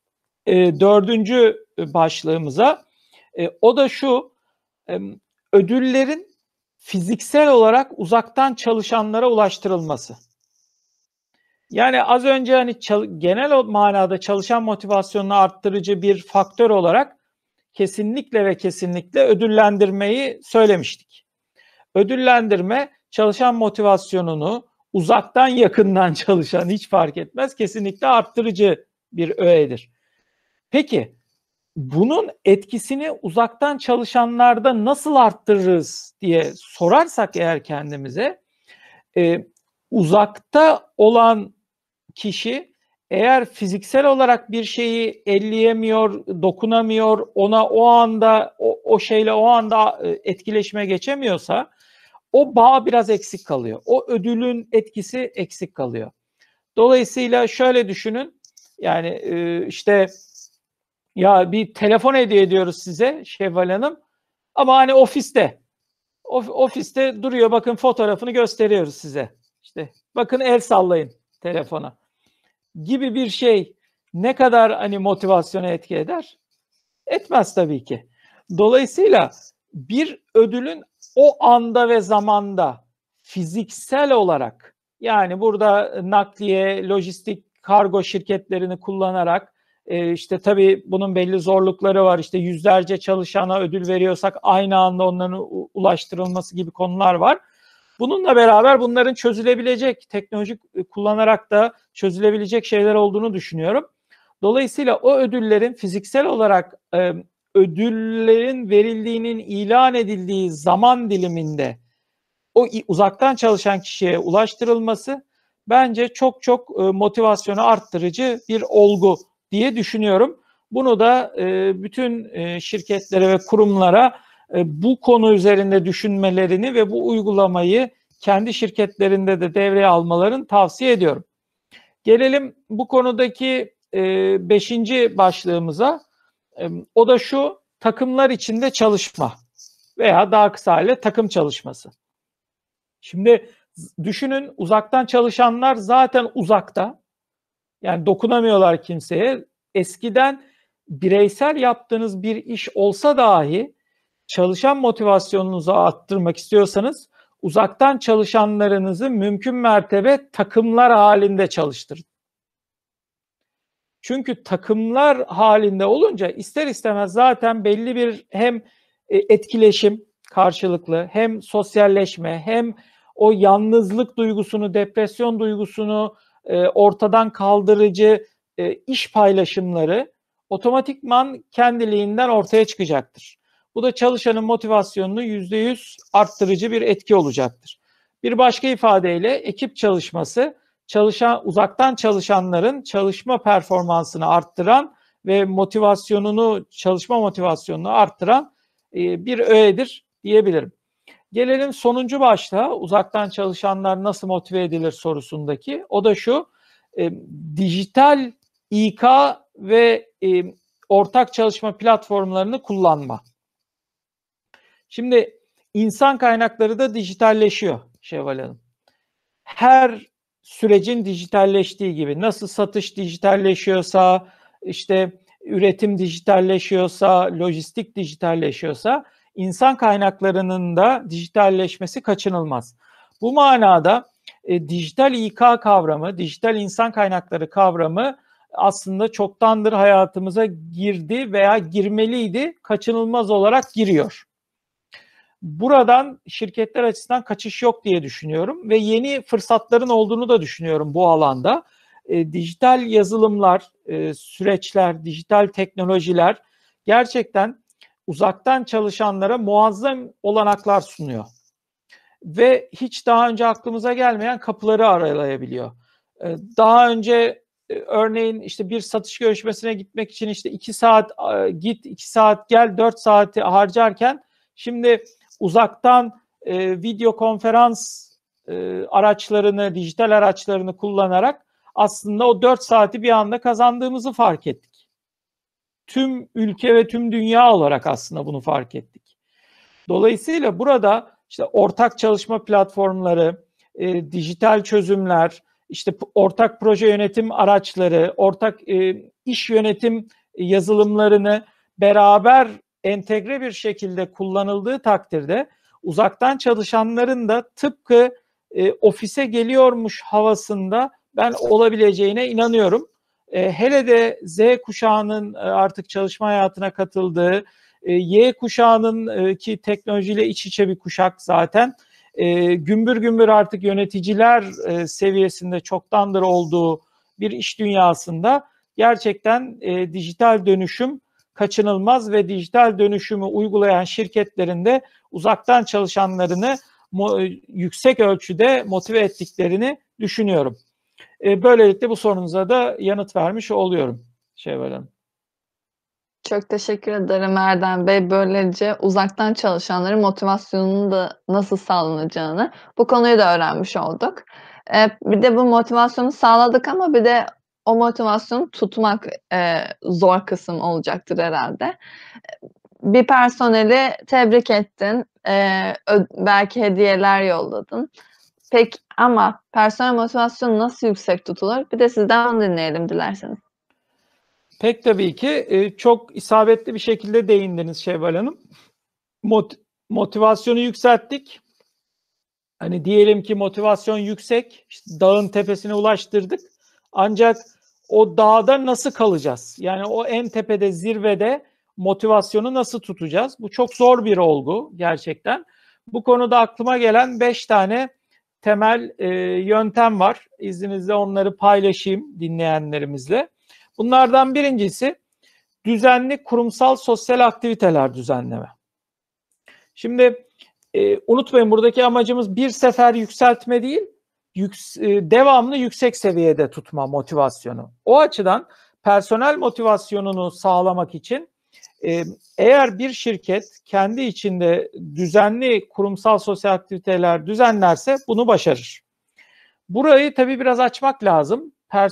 dördüncü başlığımıza. O da şu, ödüllerin fiziksel olarak uzaktan çalışanlara ulaştırılması. Yani az önce hani genel manada çalışan motivasyonunu arttırıcı bir faktör olarak kesinlikle ve kesinlikle ödüllendirmeyi söylemiştik. Ödüllendirme çalışan motivasyonunu uzaktan yakından çalışan hiç fark etmez kesinlikle arttırıcı bir öğedir. Peki bunun etkisini uzaktan çalışanlarda nasıl arttırırız diye sorarsak eğer kendimize, uzakta olan kişi eğer fiziksel olarak bir şeyi elleyemiyor, dokunamıyor, ona o anda o şeyle o anda etkileşime geçemiyorsa o bağ biraz eksik kalıyor. O ödülün etkisi eksik kalıyor. Dolayısıyla şöyle düşünün, yani işte ya bir telefon hediye ediyoruz size Şevval Hanım ama hani ofiste. Ofiste duruyor, bakın fotoğrafını gösteriyoruz size. İşte bakın el sallayın telefona gibi bir şey ne kadar hani motivasyona etki eder? Etmez tabii ki. Dolayısıyla bir ödülün o anda ve zamanda fiziksel olarak, yani burada nakliye, lojistik, kargo şirketlerini kullanarak işte tabii bunun belli zorlukları var. İşte yüzlerce çalışana ödül veriyorsak aynı anda onların ulaştırılması gibi konular var. Bununla beraber bunların çözülebilecek, teknolojik kullanarak da çözülebilecek şeyler olduğunu düşünüyorum. Dolayısıyla o ödüllerin fiziksel olarak ödüllerin verildiğinin ilan edildiği zaman diliminde o uzaktan çalışan kişiye ulaştırılması bence çok çok motivasyonu arttırıcı bir olgu diye düşünüyorum. Bunu da bütün şirketlere ve kurumlara bu konu üzerinde düşünmelerini ve bu uygulamayı kendi şirketlerinde de devreye almalarını tavsiye ediyorum. Gelelim bu konudaki 5. başlığımıza. O da şu: takımlar içinde çalışma veya daha kısa haliyle takım çalışması. Şimdi düşünün, uzaktan çalışanlar zaten uzakta. Yani dokunamıyorlar kimseye. Eskiden bireysel yaptığınız bir iş olsa dahi çalışan motivasyonunuzu arttırmak istiyorsanız uzaktan çalışanlarınızı mümkün mertebe takımlar halinde çalıştırın. Çünkü takımlar halinde olunca ister istemez zaten belli bir hem etkileşim karşılıklı, hem sosyalleşme, hem o yalnızlık duygusunu, depresyon duygusunu ortadan kaldırıcı iş paylaşımları otomatikman kendiliğinden ortaya çıkacaktır. Bu da çalışanın motivasyonunu %100 arttırıcı bir etki olacaktır. Bir başka ifadeyle ekip çalışması, uzaktan çalışanların çalışma performansını arttıran ve motivasyonunu, çalışma motivasyonunu arttıran bir öğedir diyebilirim. Gelelim sonuncu başlığa, uzaktan çalışanlar nasıl motive edilir sorusundaki. O da şu, dijital İK ve ortak çalışma platformlarını kullanma. Şimdi insan kaynakları da dijitalleşiyor Şevval Hanım. Her sürecin dijitalleştiği gibi, nasıl satış dijitalleşiyorsa, işte üretim dijitalleşiyorsa, lojistik dijitalleşiyorsa, insan kaynaklarının da dijitalleşmesi kaçınılmaz. Bu manada dijital İK kavramı, dijital insan kaynakları kavramı aslında çoktandır hayatımıza girdi veya girmeliydi, kaçınılmaz olarak giriyor. Buradan şirketler açısından kaçış yok diye düşünüyorum ve yeni fırsatların olduğunu da düşünüyorum bu alanda. Dijital yazılımlar, süreçler, dijital teknolojiler gerçekten uzaktan çalışanlara muazzam olanaklar sunuyor. Ve hiç daha önce aklımıza gelmeyen kapıları aralayabiliyor. Daha önce örneğin işte bir satış görüşmesine gitmek için işte 2 saat git, 2 saat gel, 4 saati harcarken şimdi uzaktan video konferans araçlarını, dijital araçlarını kullanarak aslında o 4 saati bir anda kazandığımızı fark ettik. Tüm ülke ve tüm dünya olarak aslında bunu fark ettik. Dolayısıyla burada işte ortak çalışma platformları, dijital çözümler, işte ortak proje yönetim araçları, ortak iş yönetim yazılımlarını beraber entegre bir şekilde kullanıldığı takdirde uzaktan çalışanların da tıpkı ofise geliyormuş havasında ben olabileceğine inanıyorum. Hele de Z kuşağının artık çalışma hayatına katıldığı, Y kuşağının ki teknolojiyle iç içe bir kuşak zaten, gümbür gümbür artık yöneticiler seviyesinde çoktandır olduğu bir iş dünyasında gerçekten dijital dönüşüm kaçınılmaz ve dijital dönüşümü uygulayan şirketlerin de uzaktan çalışanlarını yüksek ölçüde motive ettiklerini düşünüyorum. Böylelikle bu sorunuza da yanıt vermiş oluyorum Şevval Hanım. Çok teşekkür ederim Erdem Bey. Böylece uzaktan çalışanların motivasyonunun da nasıl sağlanacağını, bu konuyu da öğrenmiş olduk. Bir de bu motivasyonu sağladık ama bir de o motivasyonu tutmak, zor kısım olacaktır herhâlde. Bir personeli tebrik ettin, belki hediyeler yolladın. Peki ama personel motivasyonu nasıl yüksek tutulur? Bir de sizden onu dinleyelim dilerseniz. Pek tabii ki çok isabetli bir şekilde değindiniz Şevval Hanım. Motivasyonu yükselttik. Hani diyelim ki motivasyon yüksek, işte dağın tepesine ulaştırdık. Ancak o dağda nasıl kalacağız? Yani o en tepede, zirvede motivasyonu nasıl tutacağız? Bu çok zor bir olgu gerçekten. Bu konuda aklıma gelen 5 tane temel yöntem var. İzninizle onları paylaşayım dinleyenlerimizle. Bunlardan birincisi düzenli kurumsal sosyal aktiviteler düzenleme. Şimdi unutmayın, buradaki amacımız bir sefer yükseltme değil, devamlı yüksek seviyede tutma motivasyonu. O açıdan personel motivasyonunu sağlamak için eğer bir şirket kendi içinde düzenli kurumsal sosyal aktiviteler düzenlerse bunu başarır. Burayı tabii biraz açmak lazım.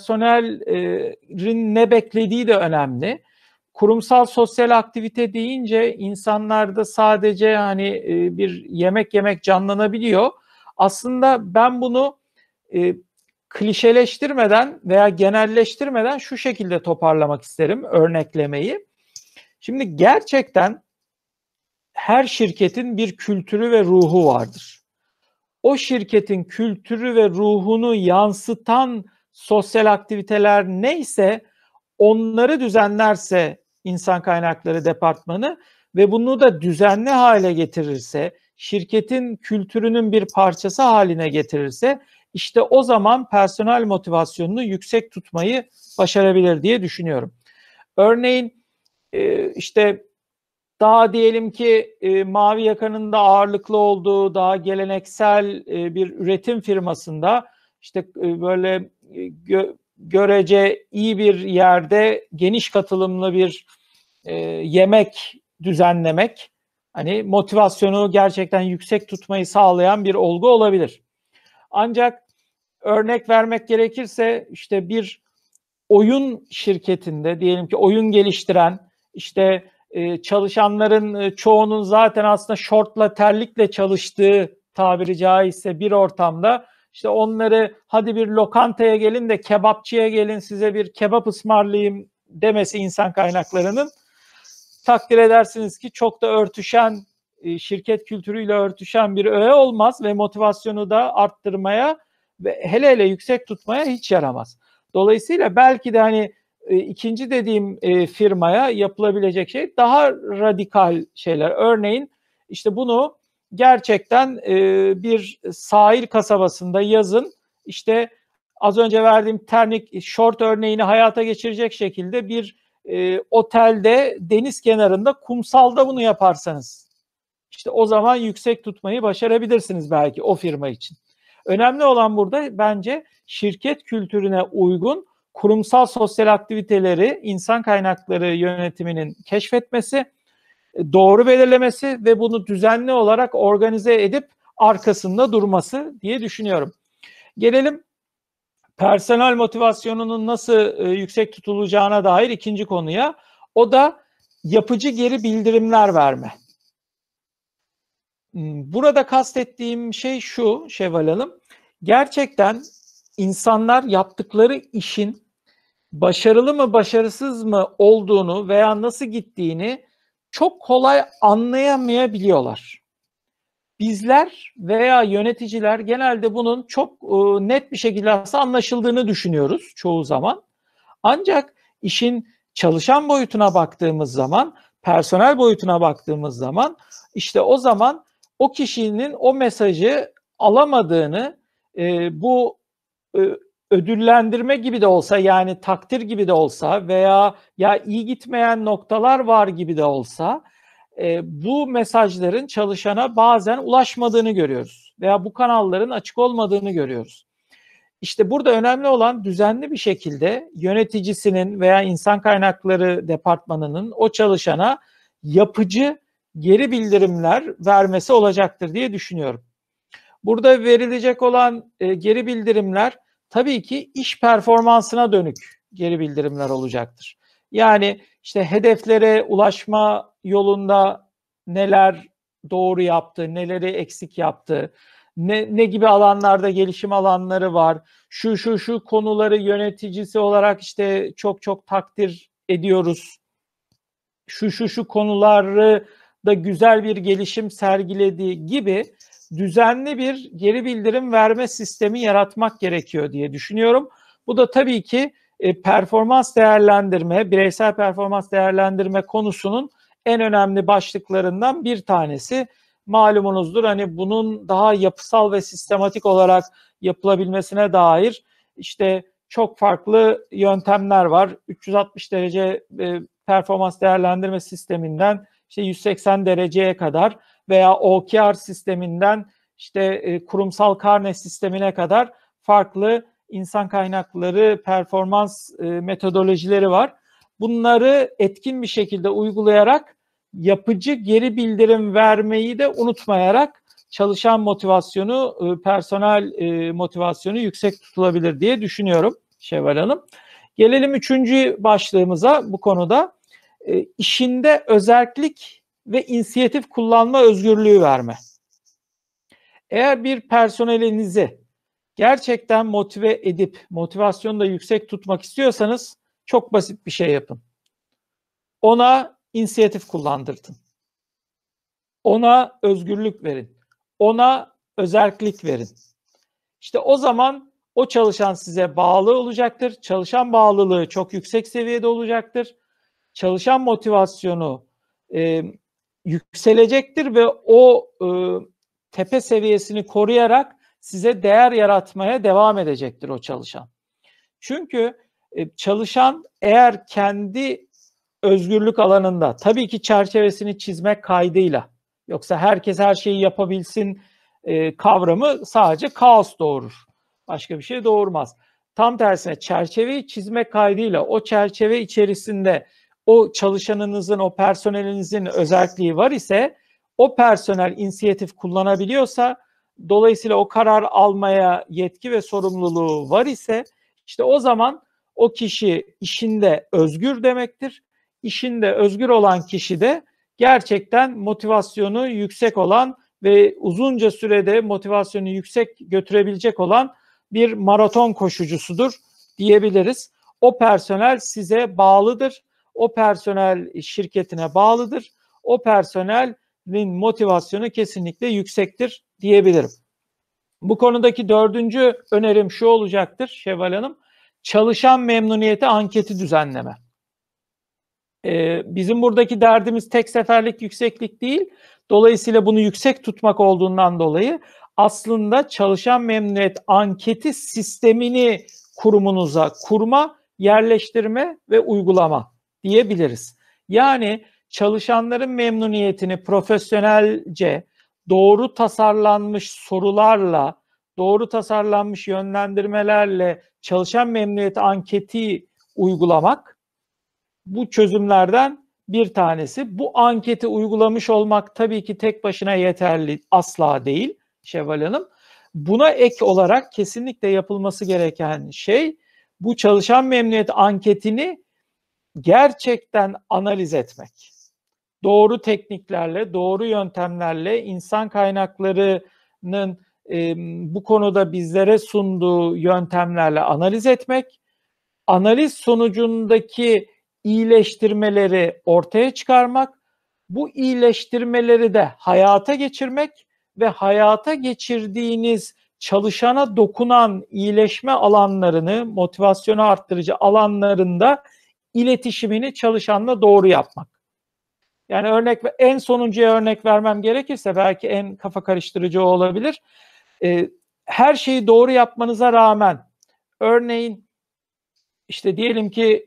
Personelin ne beklediği de önemli. Kurumsal sosyal aktivite deyince insanlarda sadece hani bir yemek yemek canlanabiliyor. Aslında ben bunu klişeleştirmeden veya genelleştirmeden şu şekilde toparlamak isterim örneklemeyi. Şimdi gerçekten her şirketin bir kültürü ve ruhu vardır. O şirketin kültürü ve ruhunu yansıtan sosyal aktiviteler neyse onları düzenlerse insan kaynakları departmanı ve bunu da düzenli hale getirirse, şirketin kültürünün bir parçası haline getirirse işte o zaman personel motivasyonunu yüksek tutmayı başarabilir diye düşünüyorum. Örneğin işte daha diyelim ki mavi yakanın da ağırlıklı olduğu daha geleneksel bir üretim firmasında işte böyle görece iyi bir yerde geniş katılımlı bir yemek düzenlemek hani motivasyonu gerçekten yüksek tutmayı sağlayan bir olgu olabilir. Ancak örnek vermek gerekirse işte bir oyun şirketinde diyelim ki oyun geliştiren işte çalışanların çoğunun zaten aslında şortla terlikle çalıştığı tabiri caizse bir ortamda işte onları hadi bir lokantaya gelin de kebapçıya gelin size bir kebap ısmarlayayım demesi insan kaynaklarının takdir edersiniz ki çok da örtüşen şirket kültürüyle örtüşen bir öğe olmaz ve motivasyonu da arttırmaya ve hele hele yüksek tutmaya hiç yaramaz. Dolayısıyla belki de hani ikinci dediğim firmaya yapılabilecek şey daha radikal şeyler. Örneğin işte bunu gerçekten bir sahil kasabasında yazın işte az önce verdiğim ternik short örneğini hayata geçirecek şekilde bir otelde deniz kenarında kumsalda bunu yaparsanız işte o zaman yüksek tutmayı başarabilirsiniz belki o firma için. Önemli olan burada bence şirket kültürüne uygun kurumsal sosyal aktiviteleri insan kaynakları yönetiminin keşfetmesi, doğru belirlemesi ve bunu düzenli olarak organize edip arkasında durması diye düşünüyorum. Gelelim personel motivasyonunun nasıl yüksek tutulacağına dair ikinci konuya. O da yapıcı geri bildirimler verme. Burada kastettiğim şey şu Şevval Hanım. Gerçekten insanlar yaptıkları işin başarılı mı başarısız mı olduğunu veya nasıl gittiğini çok kolay anlayamayabiliyorlar. Bizler veya yöneticiler genelde bunun çok net bir şekilde aslında anlaşıldığını düşünüyoruz çoğu zaman. Ancak işin çalışan boyutuna baktığımız zaman, personel boyutuna baktığımız zaman işte o zaman o kişinin o mesajı alamadığını bu ödüllendirme gibi de olsa yani takdir gibi de olsa veya ya iyi gitmeyen noktalar var gibi de olsa bu mesajların çalışana bazen ulaşmadığını görüyoruz veya bu kanalların açık olmadığını görüyoruz. İşte burada önemli olan düzenli bir şekilde yöneticisinin veya insan kaynakları departmanının o çalışana yapıcı geri bildirimler vermesi olacaktır diye düşünüyorum. Burada verilecek olan geri bildirimler tabii ki iş performansına dönük geri bildirimler olacaktır. Yani işte hedeflere ulaşma yolunda neler doğru yaptı, neleri eksik yaptı, ne gibi alanlarda gelişim alanları var, şu konuları yöneticisi olarak işte çok takdir ediyoruz, şu konuları da güzel bir gelişim sergilediği gibi düzenli bir geri bildirim verme sistemi yaratmak gerekiyor diye düşünüyorum. Bu da tabii ki performans değerlendirme, bireysel performans değerlendirme konusunun en önemli başlıklarından bir tanesi. Malumunuzdur hani bunun daha yapısal ve sistematik olarak yapılabilmesine dair işte çok farklı yöntemler var. 360 derece performans değerlendirme sisteminden işte 180 dereceye kadar veya OKR sisteminden işte kurumsal karne sistemine kadar farklı insan kaynakları performans metodolojileri var. Bunları etkin bir şekilde uygulayarak yapıcı geri bildirim vermeyi de unutmayarak çalışan motivasyonu, personel motivasyonu yüksek tutulabilir diye düşünüyorum Şevval Hanım. Gelelim üçüncü başlığımıza bu konuda. İşinde özerklik ve inisiyatif kullanma özgürlüğü verme. Eğer bir personelinizi gerçekten motive edip motivasyonu da yüksek tutmak istiyorsanız çok basit bir şey yapın. Ona inisiyatif kullandırın. Ona özgürlük verin. Ona özerklik verin. İşte o zaman o çalışan size bağlı olacaktır. Çalışan bağlılığı çok yüksek seviyede olacaktır. Çalışan motivasyonu yükselecektir ve o tepe seviyesini koruyarak size değer yaratmaya devam edecektir o çalışan. Çünkü çalışan eğer kendi özgürlük alanında tabii ki çerçevesini çizmek kaydıyla yoksa herkes her şeyi yapabilsin kavramı sadece kaos doğurur. Başka bir şey doğurmaz. Tam tersine çerçeveyi çizmek kaydıyla o çerçeve içerisinde o çalışanınızın, o personelinizin özelliği var ise, o personel inisiyatif kullanabiliyorsa, dolayısıyla o karar almaya yetki ve sorumluluğu var ise, işte o zaman o kişi işinde özgür demektir. İşinde özgür olan kişi de gerçekten motivasyonu yüksek olan ve uzunca sürede motivasyonu yüksek götürebilecek olan bir maraton koşucusudur diyebiliriz. O personel size bağlıdır. O personel şirketine bağlıdır. O personelin motivasyonu kesinlikle yüksektir diyebilirim. Bu konudaki 4. önerim şu olacaktır Şevval Hanım. Çalışan memnuniyeti anketi düzenleme. Bizim buradaki derdimiz tek seferlik yükseklik değil. Dolayısıyla bunu yüksek tutmak olduğundan dolayı aslında çalışan memnuniyet anketi sistemini kurumunuza kurma, yerleştirme ve uygulama diyebiliriz. Yani çalışanların memnuniyetini profesyonelce, doğru tasarlanmış sorularla, doğru tasarlanmış yönlendirmelerle çalışan memnuniyet anketi uygulamak bu çözümlerden bir tanesi. Bu anketi uygulamış olmak tabii ki tek başına yeterli asla değil Şevval Hanım. Buna ek olarak kesinlikle yapılması gereken şey, bu çalışan memnuniyet anketini gerçekten analiz etmek. Doğru tekniklerle, doğru yöntemlerle insan kaynaklarının bu konuda bizlere sunduğu yöntemlerle analiz etmek, analiz sonucundaki iyileştirmeleri ortaya çıkarmak, bu iyileştirmeleri de hayata geçirmek ve hayata geçirdiğiniz çalışana dokunan iyileşme alanlarını, motivasyonu arttırıcı alanlarında iletişimini çalışanla doğru yapmak. Yani en sonuncuya örnek vermem gerekirse, belki en kafa karıştırıcı olabilir. Her şeyi doğru yapmanıza rağmen, örneğin işte diyelim ki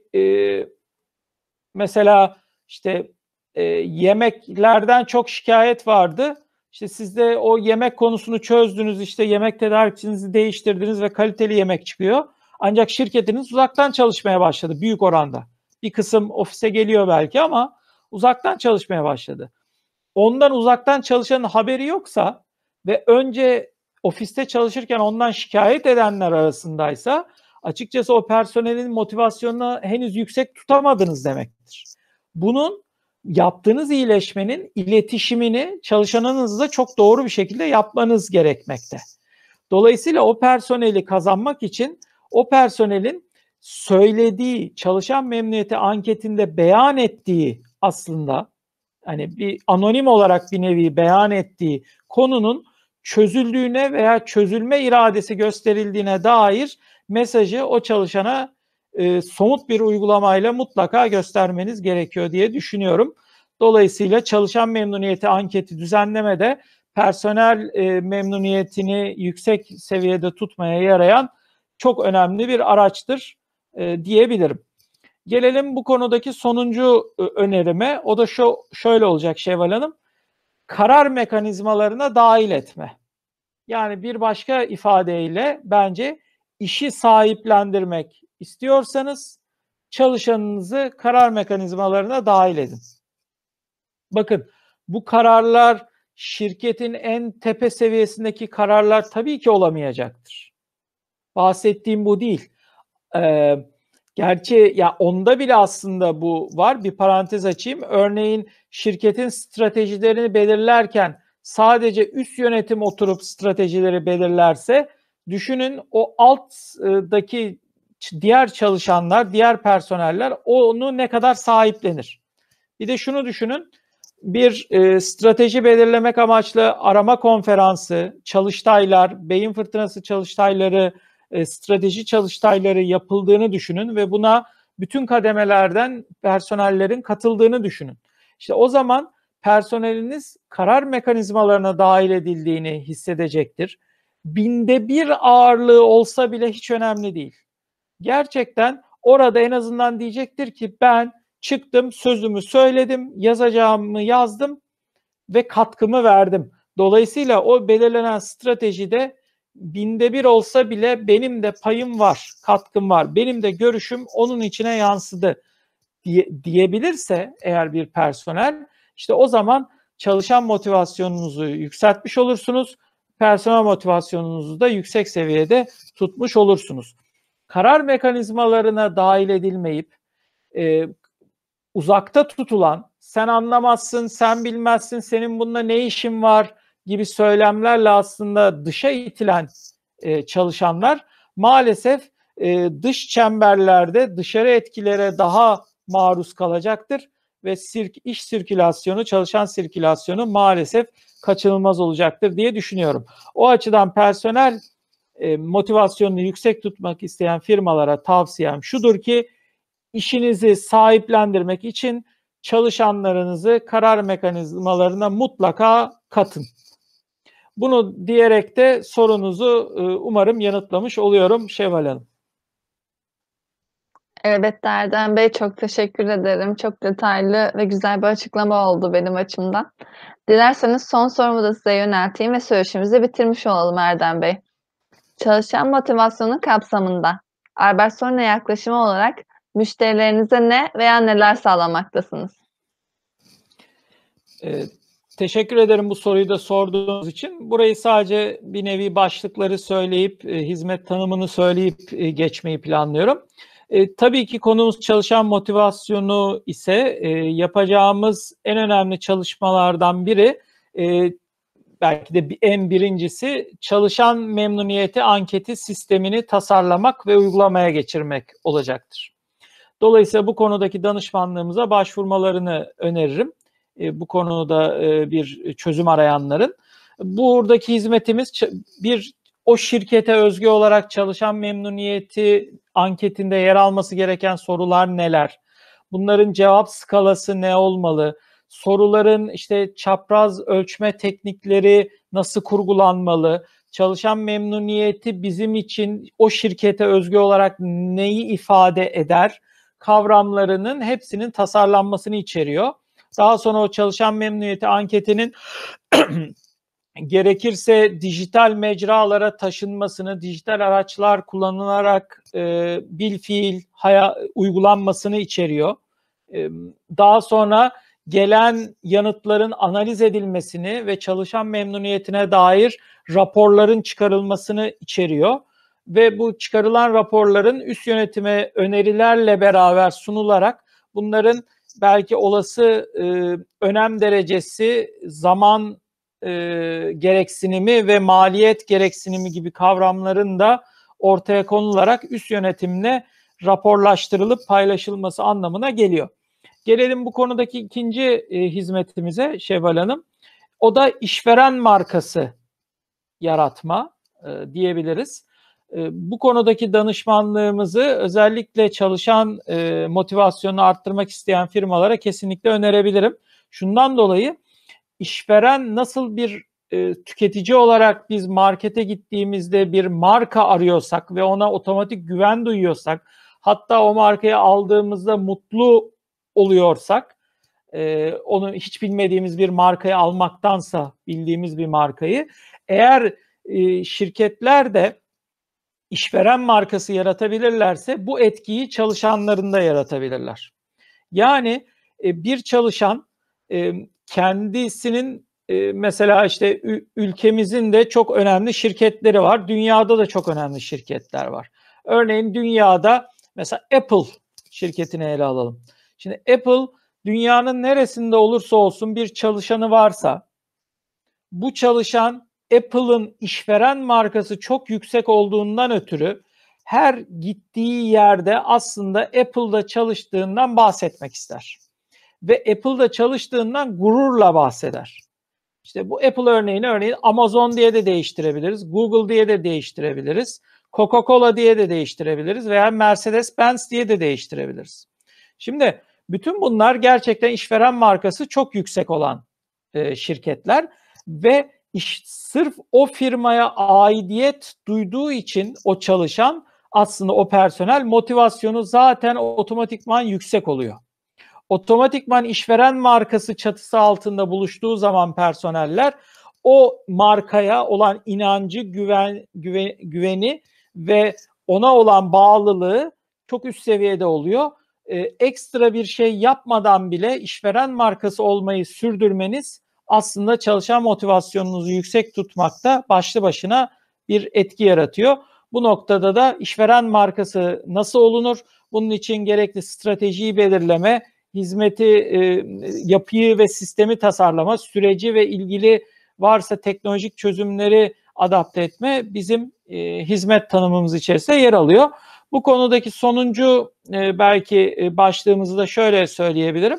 mesela işte yemeklerden çok şikayet vardı. İşte siz de o yemek konusunu çözdünüz, işte yemek tedarikçinizi değiştirdiniz ve kaliteli yemek çıkıyor. Ancak şirketiniz uzaktan çalışmaya başladı büyük oranda. Bir kısım ofise geliyor belki ama uzaktan çalışmaya başladı. Ondan uzaktan çalışanın haberi yoksa ve önce ofiste çalışırken ondan şikayet edenler arasındaysa, açıkçası o personelin motivasyonunu henüz yüksek tutamadınız demektir. Bunun, yaptığınız iyileşmenin iletişimini çalışanınızla çok doğru bir şekilde yapmanız gerekmekte. Dolayısıyla o personeli kazanmak için o personelin söylediği, çalışan memnuniyeti anketinde beyan ettiği, aslında hani bir anonim olarak bir nevi beyan ettiği konunun çözüldüğüne veya çözülme iradesi gösterildiğine dair mesajı o çalışana somut bir uygulamayla mutlaka göstermeniz gerekiyor diye düşünüyorum. Dolayısıyla çalışan memnuniyeti anketi düzenlemede personel memnuniyetini yüksek seviyede tutmaya yarayan çok önemli bir araçtır diyebilirim. Gelelim bu konudaki sonuncu önerime. O da şöyle olacak Şevval Hanım. Karar mekanizmalarına dahil etme. Yani bir başka ifadeyle, bence işi sahiplendirmek istiyorsanız çalışanınızı karar mekanizmalarına dahil edin. Bakın, bu kararlar şirketin en tepe seviyesindeki kararlar tabii ki olamayacaktır. Bahsettiğim bu değil. Gerçi ya onda bile aslında bu var. Bir parantez açayım. Örneğin şirketin stratejilerini belirlerken sadece üst yönetim oturup stratejileri belirlerse, düşünün o alttaki diğer çalışanlar, diğer personeller onu ne kadar sahiplenir. Bir de şunu düşünün. Bir strateji belirlemek amaçlı arama konferansı, çalıştaylar, beyin fırtınası çalıştayları, strateji çalıştayları yapıldığını düşünün ve buna bütün kademelerden personellerin katıldığını düşünün. İşte o zaman personeliniz karar mekanizmalarına dahil edildiğini hissedecektir. 1000'de 1 ağırlığı olsa bile hiç önemli değil. Gerçekten orada en azından diyecektir ki, ben çıktım, sözümü söyledim, yazacağımı yazdım ve katkımı verdim. Dolayısıyla o belirlenen stratejide binde bir olsa bile benim de payım var, katkım var, benim de görüşüm onun içine yansıdı diyebilirse eğer bir personel, işte o zaman çalışan motivasyonunuzu yükseltmiş olursunuz, personel motivasyonunuzu da yüksek seviyede tutmuş olursunuz. Karar mekanizmalarına dahil edilmeyip uzakta tutulan, sen anlamazsın, sen bilmezsin, senin bununla ne işin var gibi söylemlerle aslında dışa itilen çalışanlar maalesef dış çemberlerde dışarı etkilere daha maruz kalacaktır ve iş sirkülasyonu, çalışan sirkülasyonu maalesef kaçınılmaz olacaktır diye düşünüyorum. O açıdan personel motivasyonunu yüksek tutmak isteyen firmalara tavsiyem şudur ki, işinizi sahiplendirmek için çalışanlarınızı karar mekanizmalarına mutlaka katın. Bunu diyerek de sorunuzu umarım yanıtlamış oluyorum Şevval Hanım. Elbette Erdem Bey, çok teşekkür ederim. Çok detaylı ve güzel bir açıklama oldu benim açımdan. Dilerseniz son sorumu da size yönelteyim ve söyleşimizi bitirmiş olalım Erdem Bey. Çalışan motivasyonu kapsamında Albertson'la yaklaşımı olarak müşterilerinize ne veya neler sağlamaktasınız? Teşekkür ederim bu soruyu da sorduğunuz için. Burayı sadece bir nevi başlıkları söyleyip, hizmet tanımını söyleyip geçmeyi planlıyorum. Tabii ki konumuz çalışan motivasyonu ise yapacağımız en önemli çalışmalardan biri, belki de en birincisi, çalışan memnuniyeti anketi sistemini tasarlamak ve uygulamaya geçirmek olacaktır. Dolayısıyla bu konudaki danışmanlığımıza başvurmalarını öneririm. Bu konuda bir çözüm arayanların. Buradaki hizmetimiz o şirkete özgü olarak çalışan memnuniyeti anketinde yer alması gereken sorular neler? Bunların cevap skalası ne olmalı? Soruların işte çapraz ölçme teknikleri nasıl kurgulanmalı? Çalışan memnuniyeti bizim için o şirkete özgü olarak neyi ifade eder? Kavramlarının hepsinin tasarlanmasını içeriyor. Daha sonra o çalışan memnuniyeti anketinin gerekirse dijital mecralara taşınmasını, dijital araçlar kullanılarak bilfiil uygulanmasını içeriyor. Daha sonra gelen yanıtların analiz edilmesini ve çalışan memnuniyetine dair raporların çıkarılmasını içeriyor. Ve bu çıkarılan raporların üst yönetime önerilerle beraber sunularak bunların belki olası önem derecesi, zaman gereksinimi ve maliyet gereksinimi gibi kavramların da ortaya konularak üst yönetimle raporlaştırılıp paylaşılması anlamına geliyor. Gelelim bu konudaki ikinci hizmetimize Şevval Hanım. O da işveren markası yaratma diyebiliriz. Bu konudaki danışmanlığımızı özellikle çalışan motivasyonunu arttırmak isteyen firmalara kesinlikle önerebilirim. Şundan dolayı, işveren nasıl bir tüketici olarak biz markete gittiğimizde bir marka arıyorsak ve ona otomatik güven duyuyorsak, hatta o markayı aldığımızda mutlu oluyorsak, onu hiç bilmediğimiz bir markayı almaktansa bildiğimiz bir markayı, eğer şirketler de işveren markası yaratabilirlerse bu etkiyi çalışanlarında yaratabilirler. Yani bir çalışan kendisinin mesela işte ülkemizin de çok önemli şirketleri var. Dünyada da çok önemli şirketler var. Örneğin dünyada mesela Apple şirketini ele alalım. Şimdi Apple dünyanın neresinde olursa olsun bir çalışanı varsa, bu çalışan Apple'ın işveren markası çok yüksek olduğundan ötürü her gittiği yerde aslında Apple'da çalıştığından bahsetmek ister. Ve Apple'da çalıştığından gururla bahseder. İşte bu Apple örneğin Amazon diye de değiştirebiliriz, Google diye de değiştirebiliriz, Coca-Cola diye de değiştirebiliriz veya Mercedes-Benz diye de değiştirebiliriz. Şimdi bütün bunlar gerçekten işveren markası çok yüksek olan şirketler ve sırf o firmaya aidiyet duyduğu için o çalışan, aslında o personel motivasyonu zaten otomatikman yüksek oluyor. Otomatikman işveren markası çatısı altında buluştuğu zaman personeller o markaya olan inancı, güveni ve ona olan bağlılığı çok üst seviyede oluyor. Ekstra bir şey yapmadan bile işveren markası olmayı sürdürmeniz aslında çalışan motivasyonunuzu yüksek tutmakta başlı başına bir etki yaratıyor. Bu noktada da işveren markası nasıl olunur? Bunun için gerekli stratejiyi belirleme, hizmeti, yapıyı ve sistemi tasarlama, süreci ve ilgili varsa teknolojik çözümleri adapte etme bizim hizmet tanımımız içerisinde yer alıyor. Bu konudaki sonuncu belki başlığımızı da şöyle söyleyebilirim.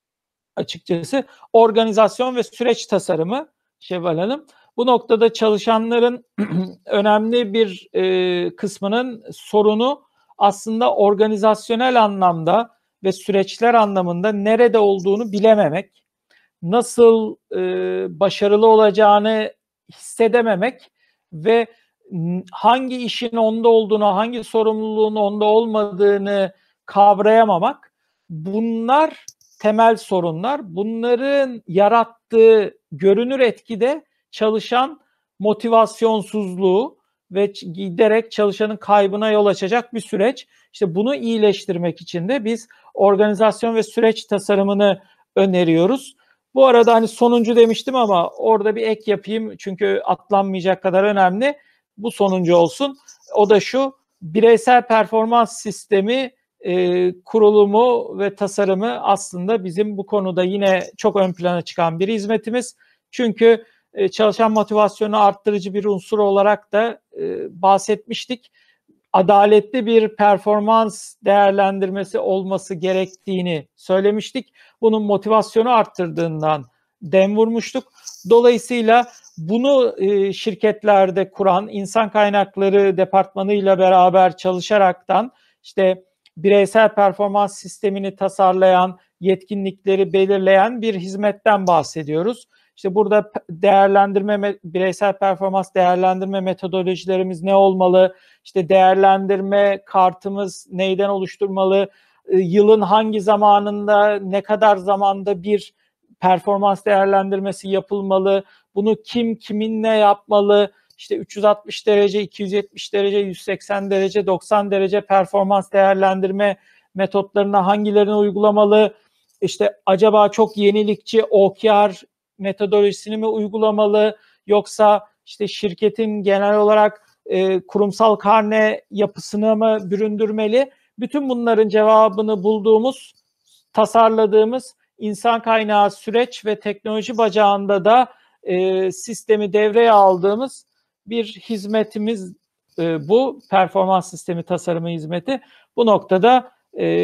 Açıkçası organizasyon ve süreç tasarımı Şevval Hanım. Bu noktada çalışanların önemli bir kısmının sorunu aslında organizasyonel anlamda ve süreçler anlamında nerede olduğunu bilememek, nasıl başarılı olacağını hissedememek ve hangi işin onda olduğunu, hangi sorumluluğun onda olmadığını kavrayamamak. Bunlar temel sorunlar. Bunların yarattığı görünür etkide çalışan motivasyonsuzluğu ve giderek çalışanın kaybına yol açacak bir süreç. İşte bunu iyileştirmek için de biz organizasyon ve süreç tasarımını öneriyoruz. Bu arada hani sonuncu demiştim ama orada bir ek yapayım çünkü atlanmayacak kadar önemli. Bu sonuncu olsun. O da şu: bireysel performans sistemi kurulumu ve tasarımı aslında bizim bu konuda yine çok ön plana çıkan bir hizmetimiz. Çünkü çalışan motivasyonu arttırıcı bir unsur olarak da bahsetmiştik. Adaletli bir performans değerlendirmesi olması gerektiğini söylemiştik. Bunun motivasyonu arttırdığından dem vurmuştuk. Dolayısıyla bunu şirketlerde kuran, insan kaynakları departmanıyla beraber çalışaraktan işte bireysel performans sistemini tasarlayan, yetkinlikleri belirleyen bir hizmetten bahsediyoruz. İşte burada bireysel performans değerlendirme metodolojilerimiz ne olmalı? İşte değerlendirme kartımız neyden oluşturmalı? Yılın hangi zamanında, ne kadar zamanda bir performans değerlendirmesi yapılmalı? Bunu kim kiminle yapmalı? İşte 360 derece, 270 derece, 180 derece, 90 derece performans değerlendirme metotlarına hangilerini uygulamalı? İşte acaba çok yenilikçi OKR metodolojisini mi uygulamalı, yoksa işte şirketin genel olarak kurumsal karne yapısını mı büründürmeli? Bütün bunların cevabını bulduğumuz, tasarladığımız insan kaynağı süreç ve teknoloji bacağında da sistemi devreye aldığımız bir hizmetimiz bu. Performans sistemi tasarımı hizmeti. Bu noktada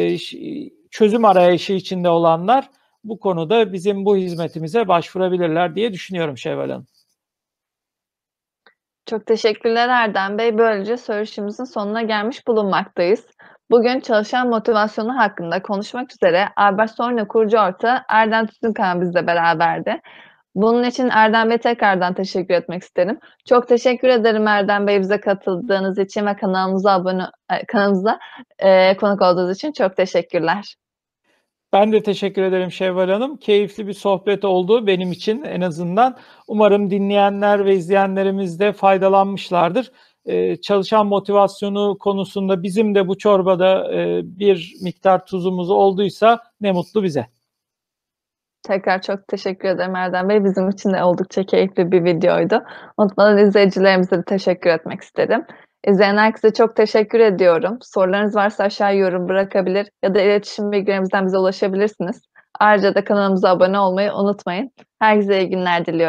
çözüm arayışı içinde olanlar bu konuda bizim bu hizmetimize başvurabilirler diye düşünüyorum Şevval Hanım. Çok teşekkürler Erdem Bey. Böylece söyleşimizin sonuna gelmiş bulunmaktayız. Bugün çalışan motivasyonu hakkında konuşmak üzere Albert Sorno kurucu ortağı Erdem Tütünkan bizle beraberdi. Bunun için Erdem Bey'e tekrardan teşekkür etmek isterim. Çok teşekkür ederim Erdem Bey, bize katıldığınız için ve kanalımıza konuk olduğunuz için çok teşekkürler. Ben de teşekkür ederim Şevval Hanım. Keyifli bir sohbet oldu benim için en azından. Umarım dinleyenler ve izleyenlerimiz de faydalanmışlardır. Çalışan motivasyonu konusunda bizim de bu çorbada bir miktar tuzumuz olduysa ne mutlu bize. Tekrar çok teşekkür ederim Erdem Bey. Bizim için de oldukça keyifli bir videoydu. Unutmadan izleyicilerimize de teşekkür etmek isterim. İzleyen herkese çok teşekkür ediyorum. Sorularınız varsa aşağıya yorum bırakabilir ya da iletişim bilgilerimizden bize ulaşabilirsiniz. Ayrıca da kanalımıza abone olmayı unutmayın. Herkese iyi günler diliyorum.